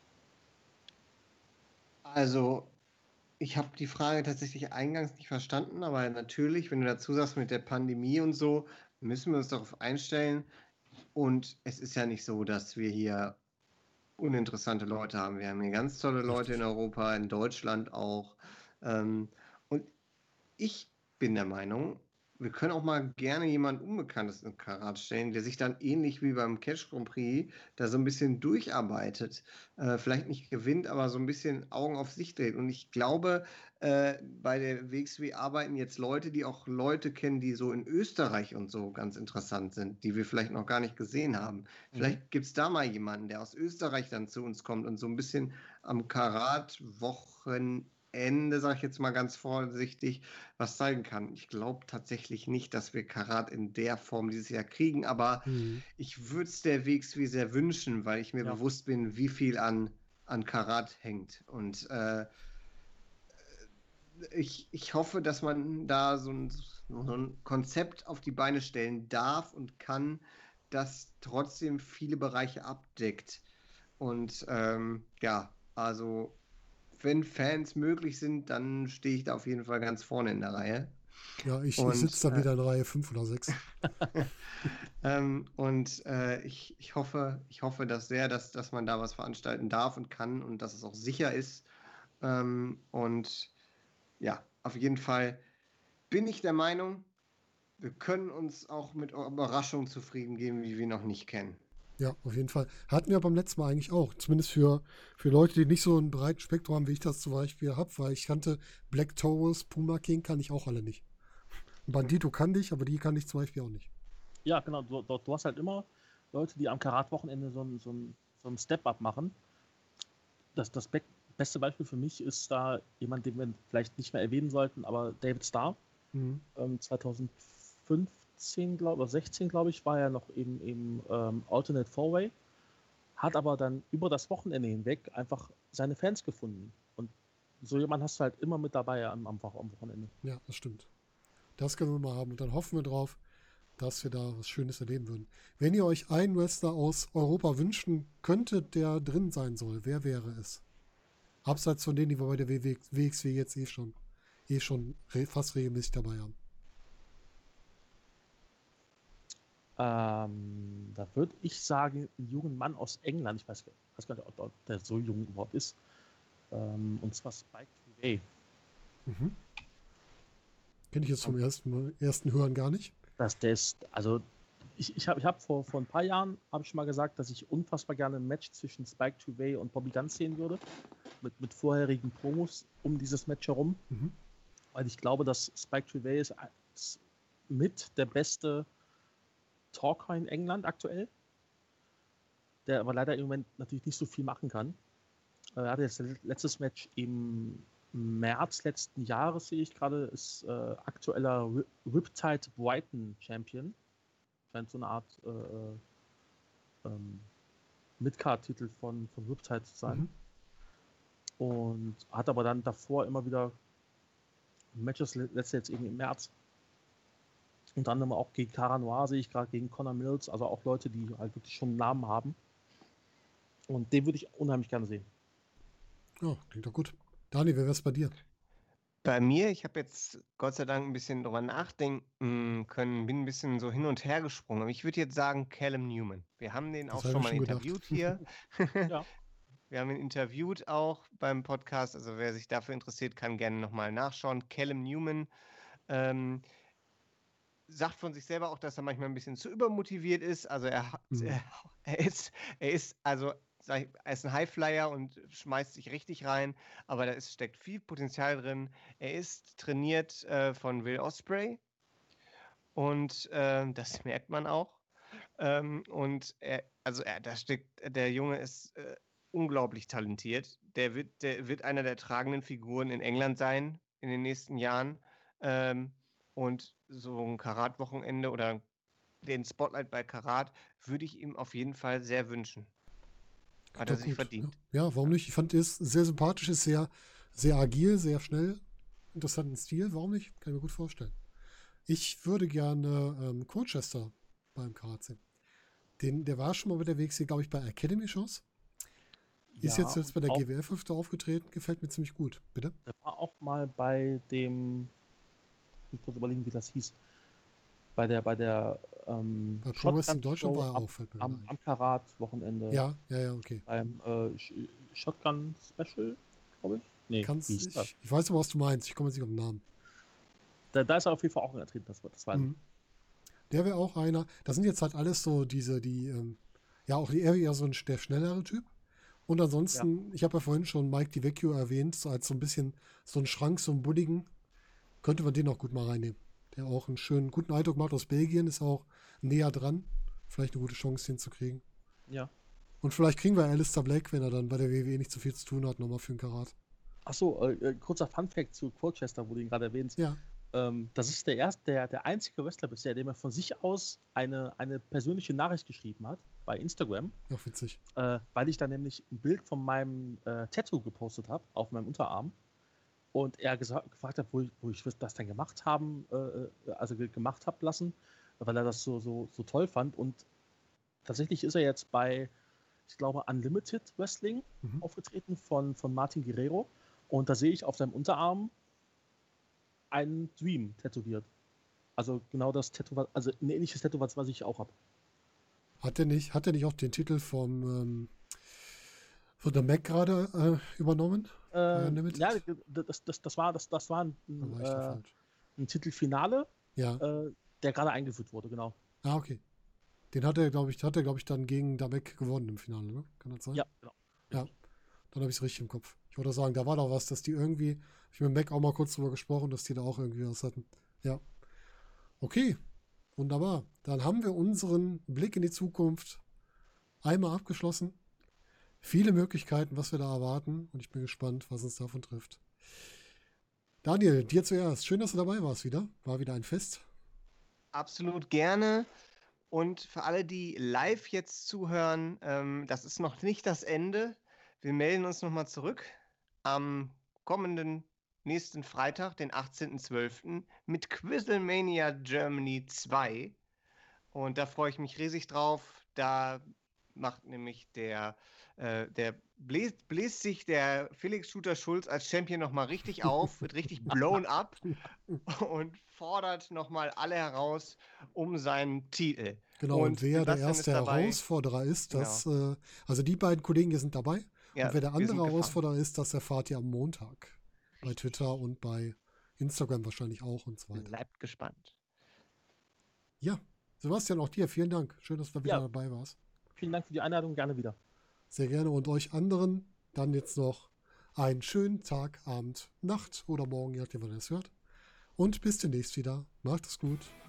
Also, ich habe die Frage tatsächlich eingangs nicht verstanden, aber natürlich, wenn du dazu sagst mit der Pandemie und so, müssen wir uns darauf einstellen. Und es ist ja nicht so, dass wir hier uninteressante Leute haben. Wir haben hier ganz tolle Leute in Europa, in Deutschland auch. Und ich bin der Meinung, wir können auch mal gerne jemanden Unbekanntes in Karat stellen, der sich dann ähnlich wie beim Catch Grand Prix da so ein bisschen durcharbeitet. Vielleicht nicht gewinnt, aber so ein bisschen Augen auf sich dreht. Und ich glaube, bei der WXW arbeiten jetzt Leute, die auch Leute kennen, die so in Österreich und so ganz interessant sind, die wir vielleicht noch gar nicht gesehen haben. Vielleicht gibt es da mal jemanden, der aus Österreich dann zu uns kommt und so ein bisschen am Karat-Wochenende, sage ich jetzt mal ganz vorsichtig, was zeigen kann. Ich glaube tatsächlich nicht, dass wir Karat in der Form dieses Jahr kriegen, aber ich würde es der WXW sehr wünschen, weil ich mir bewusst bin, wie viel an Karat hängt. Und ich hoffe, dass man da so ein Konzept auf die Beine stellen darf und kann, das trotzdem viele Bereiche abdeckt. Und also wenn Fans möglich sind, dann stehe ich da auf jeden Fall ganz vorne in der Reihe. Ja, ich sitze da wieder in Reihe 5 oder 6. Ich hoffe das sehr, dass man da was veranstalten darf und kann und dass es auch sicher ist. Auf jeden Fall bin ich der Meinung, wir können uns auch mit Überraschungen zufrieden geben, wie wir noch nicht kennen. Ja, auf jeden Fall. Hatten wir beim letzten Mal eigentlich auch. Zumindest für Leute, die nicht so ein breites Spektrum haben, wie ich das zum Beispiel habe, weil ich kannte Black Taurus, Puma King kann ich auch alle nicht. Bandito kannte ich, aber die kann ich zum Beispiel auch nicht. Ja, genau. Du hast halt immer Leute, die am Karat-Wochenende so ein Step-Up machen. Das beste Beispiel für mich ist da jemand, den wir vielleicht nicht mehr erwähnen sollten, aber David Starr. 2015, glaube ich, 16, glaube ich, war er noch im Alternate Four-Way, hat aber dann über das Wochenende hinweg einfach seine Fans gefunden. Und so jemand hast du halt immer mit dabei am Wochenende. Ja, das stimmt. Das können wir mal haben. Und dann hoffen wir drauf, dass wir da was Schönes erleben würden. Wenn ihr euch einen Wrestler aus Europa wünschen könntet, der drin sein soll, wer wäre es? Abseits von denen, die wir bei der WXW jetzt schon fast regelmäßig dabei haben. Da würde ich sagen, einen jungen Mann aus England, ich weiß gar nicht, ob der so jung überhaupt ist, und zwar Spike Trivay. Kenne ich jetzt vom ersten Hören gar nicht. Der ist, also ich hab vor ein paar Jahren habe ich schon mal gesagt, dass ich unfassbar gerne ein Match zwischen Spike Trivay und Bobby Gunn sehen würde, mit vorherigen Promos um dieses Match herum, weil ich glaube, dass Spike Trivay ist mit der beste Talker in England aktuell, der aber leider im Moment natürlich nicht so viel machen kann. Er hatte jetzt letztes Match im März letzten Jahres, sehe ich gerade, ist aktueller Riptide Brighton Champion. Scheint so eine Art Midcard-Titel von Riptide zu sein. Und hat aber dann davor immer wieder Matches, letztes jetzt eben im März, unter anderem auch gegen Cara Noir, sehe ich gerade, gegen Connor Mills, also auch Leute, die halt wirklich schon einen Namen haben. Und den würde ich unheimlich gerne sehen. Ja, klingt doch gut. Dani, wer wäre es bei dir? Bei mir, ich habe jetzt Gott sei Dank ein bisschen drüber nachdenken können, bin ein bisschen so hin und her gesprungen. Aber ich würde jetzt sagen Callum Newman. Wir haben den Das auch habe schon ich mal schon gedacht. interviewt hier. Ja. Wir haben ihn interviewt auch beim Podcast. Also wer sich dafür interessiert, kann gerne nochmal nachschauen. Callum Newman sagt von sich selber auch, dass er manchmal ein bisschen zu übermotiviert ist. Also er ist ein Highflyer und schmeißt sich richtig rein, aber da steckt viel Potenzial drin. Er ist trainiert von Will Ospreay und das merkt man auch. Und der Junge ist unglaublich talentiert. Der wird einer der tragenden Figuren in England sein in den nächsten Jahren. Und so ein Karat-Wochenende oder den Spotlight bei Karat würde ich ihm auf jeden Fall sehr wünschen. Hat er sich verdient. Ja, warum nicht? Ich fand es sehr sympathisch, ist sehr, sehr agil, sehr schnell, interessanten Stil. Warum nicht? Kann ich mir gut vorstellen. Ich würde gerne Colchester beim Karat sehen. Der war schon mal bei der WXW, glaube ich, bei Academy-Shows. Ist jetzt bei der GWF öfter aufgetreten, gefällt mir ziemlich gut. Bitte? Der war auch mal bei dem, ich muss kurz überlegen, wie das hieß, bei Pro Wrestling Deutschland war er auch, fällt mir am Karat-Wochenende. Ja, okay. Beim Shotgun Special, glaube ich. Nee, ich weiß aber, was du meinst. Ich komme jetzt nicht auf den Namen. Da ist er auf jeden Fall auch vertreten, das weiß ich. Der wäre auch einer. Das sind jetzt halt alles so auch eher so der schnellere Typ. Und ansonsten, ich habe ja vorhin schon Mike DiVecchio erwähnt, so als so ein bisschen so ein Schrank, so ein Bulligen. Könnte man den auch gut mal reinnehmen. Der auch einen schönen, guten Eindruck macht aus Belgien, ist auch näher dran. Vielleicht eine gute Chance, den zu kriegen. Ja. Und vielleicht kriegen wir Alistair Black, wenn er dann bei der WWE nicht so viel zu tun hat, nochmal für den Karat. Achso, kurzer Funfact zu Colchester, wo du ihn gerade erwähnst. Ja. Das ist der einzige Wrestler bisher, der mir von sich aus eine persönliche Nachricht geschrieben hat bei Instagram. Ja, witzig. Weil ich da nämlich ein Bild von meinem Tattoo gepostet habe auf meinem Unterarm und er gefragt hat, wo ich das dann gemacht haben, gemacht habe lassen, weil er das so toll fand. Und tatsächlich ist er jetzt bei, ich glaube, Unlimited Wrestling aufgetreten von Martin Guerrero. Und da sehe ich auf seinem Unterarm einen Dream tätowiert. Also genau das Tattoo, also ein ähnliches Tattoo, was ich auch habe. Hat er nicht auch den Titel von der Mac gerade übernommen? Ja, das war ein Titelfinale, ja. Der gerade eingeführt wurde, genau. Ah, okay. Den hat er, glaube ich, dann gegen Damek gewonnen im Finale, ne? Kann das sein? Ja, genau. Ja, dann habe ich es richtig im Kopf. Ich wollte sagen, da war doch was, dass die irgendwie, habe ich mit Mac auch mal kurz drüber gesprochen, dass die da auch irgendwie was hatten. Ja. Okay, wunderbar. Dann haben wir unseren Blick in die Zukunft einmal abgeschlossen. Viele Möglichkeiten, was wir da erwarten. Und ich bin gespannt, was uns davon trifft. Daniel, dir zuerst. Schön, dass du dabei warst wieder. War wieder ein Fest. Absolut gerne. Und für alle, die live jetzt zuhören, das ist noch nicht das Ende. Wir melden uns nochmal zurück am kommenden nächsten Freitag, den 18.12. mit Quizlemania Germany 2. Und da freue ich mich riesig drauf. Da macht nämlich bläst sich der Felix Schuter-Schulz als Champion nochmal richtig auf, wird richtig blown up und fordert nochmal alle heraus um seinen Titel. Genau, und wer der erste Herausforderer ist, also die beiden Kollegen hier sind dabei. Ja, und wer der andere Herausforderer ist, das erfahrt ihr am Montag. Bei Twitter und bei Instagram wahrscheinlich auch und so weiter. Bleibt gespannt. Ja, Sebastian, auch dir vielen Dank. Schön, dass du wieder dabei warst. Vielen Dank für die Einladung, gerne wieder. Sehr gerne und euch anderen dann jetzt noch einen schönen Tag, Abend, Nacht oder Morgen, je nachdem, wann ihr es hört. Und bis demnächst wieder. Macht es gut.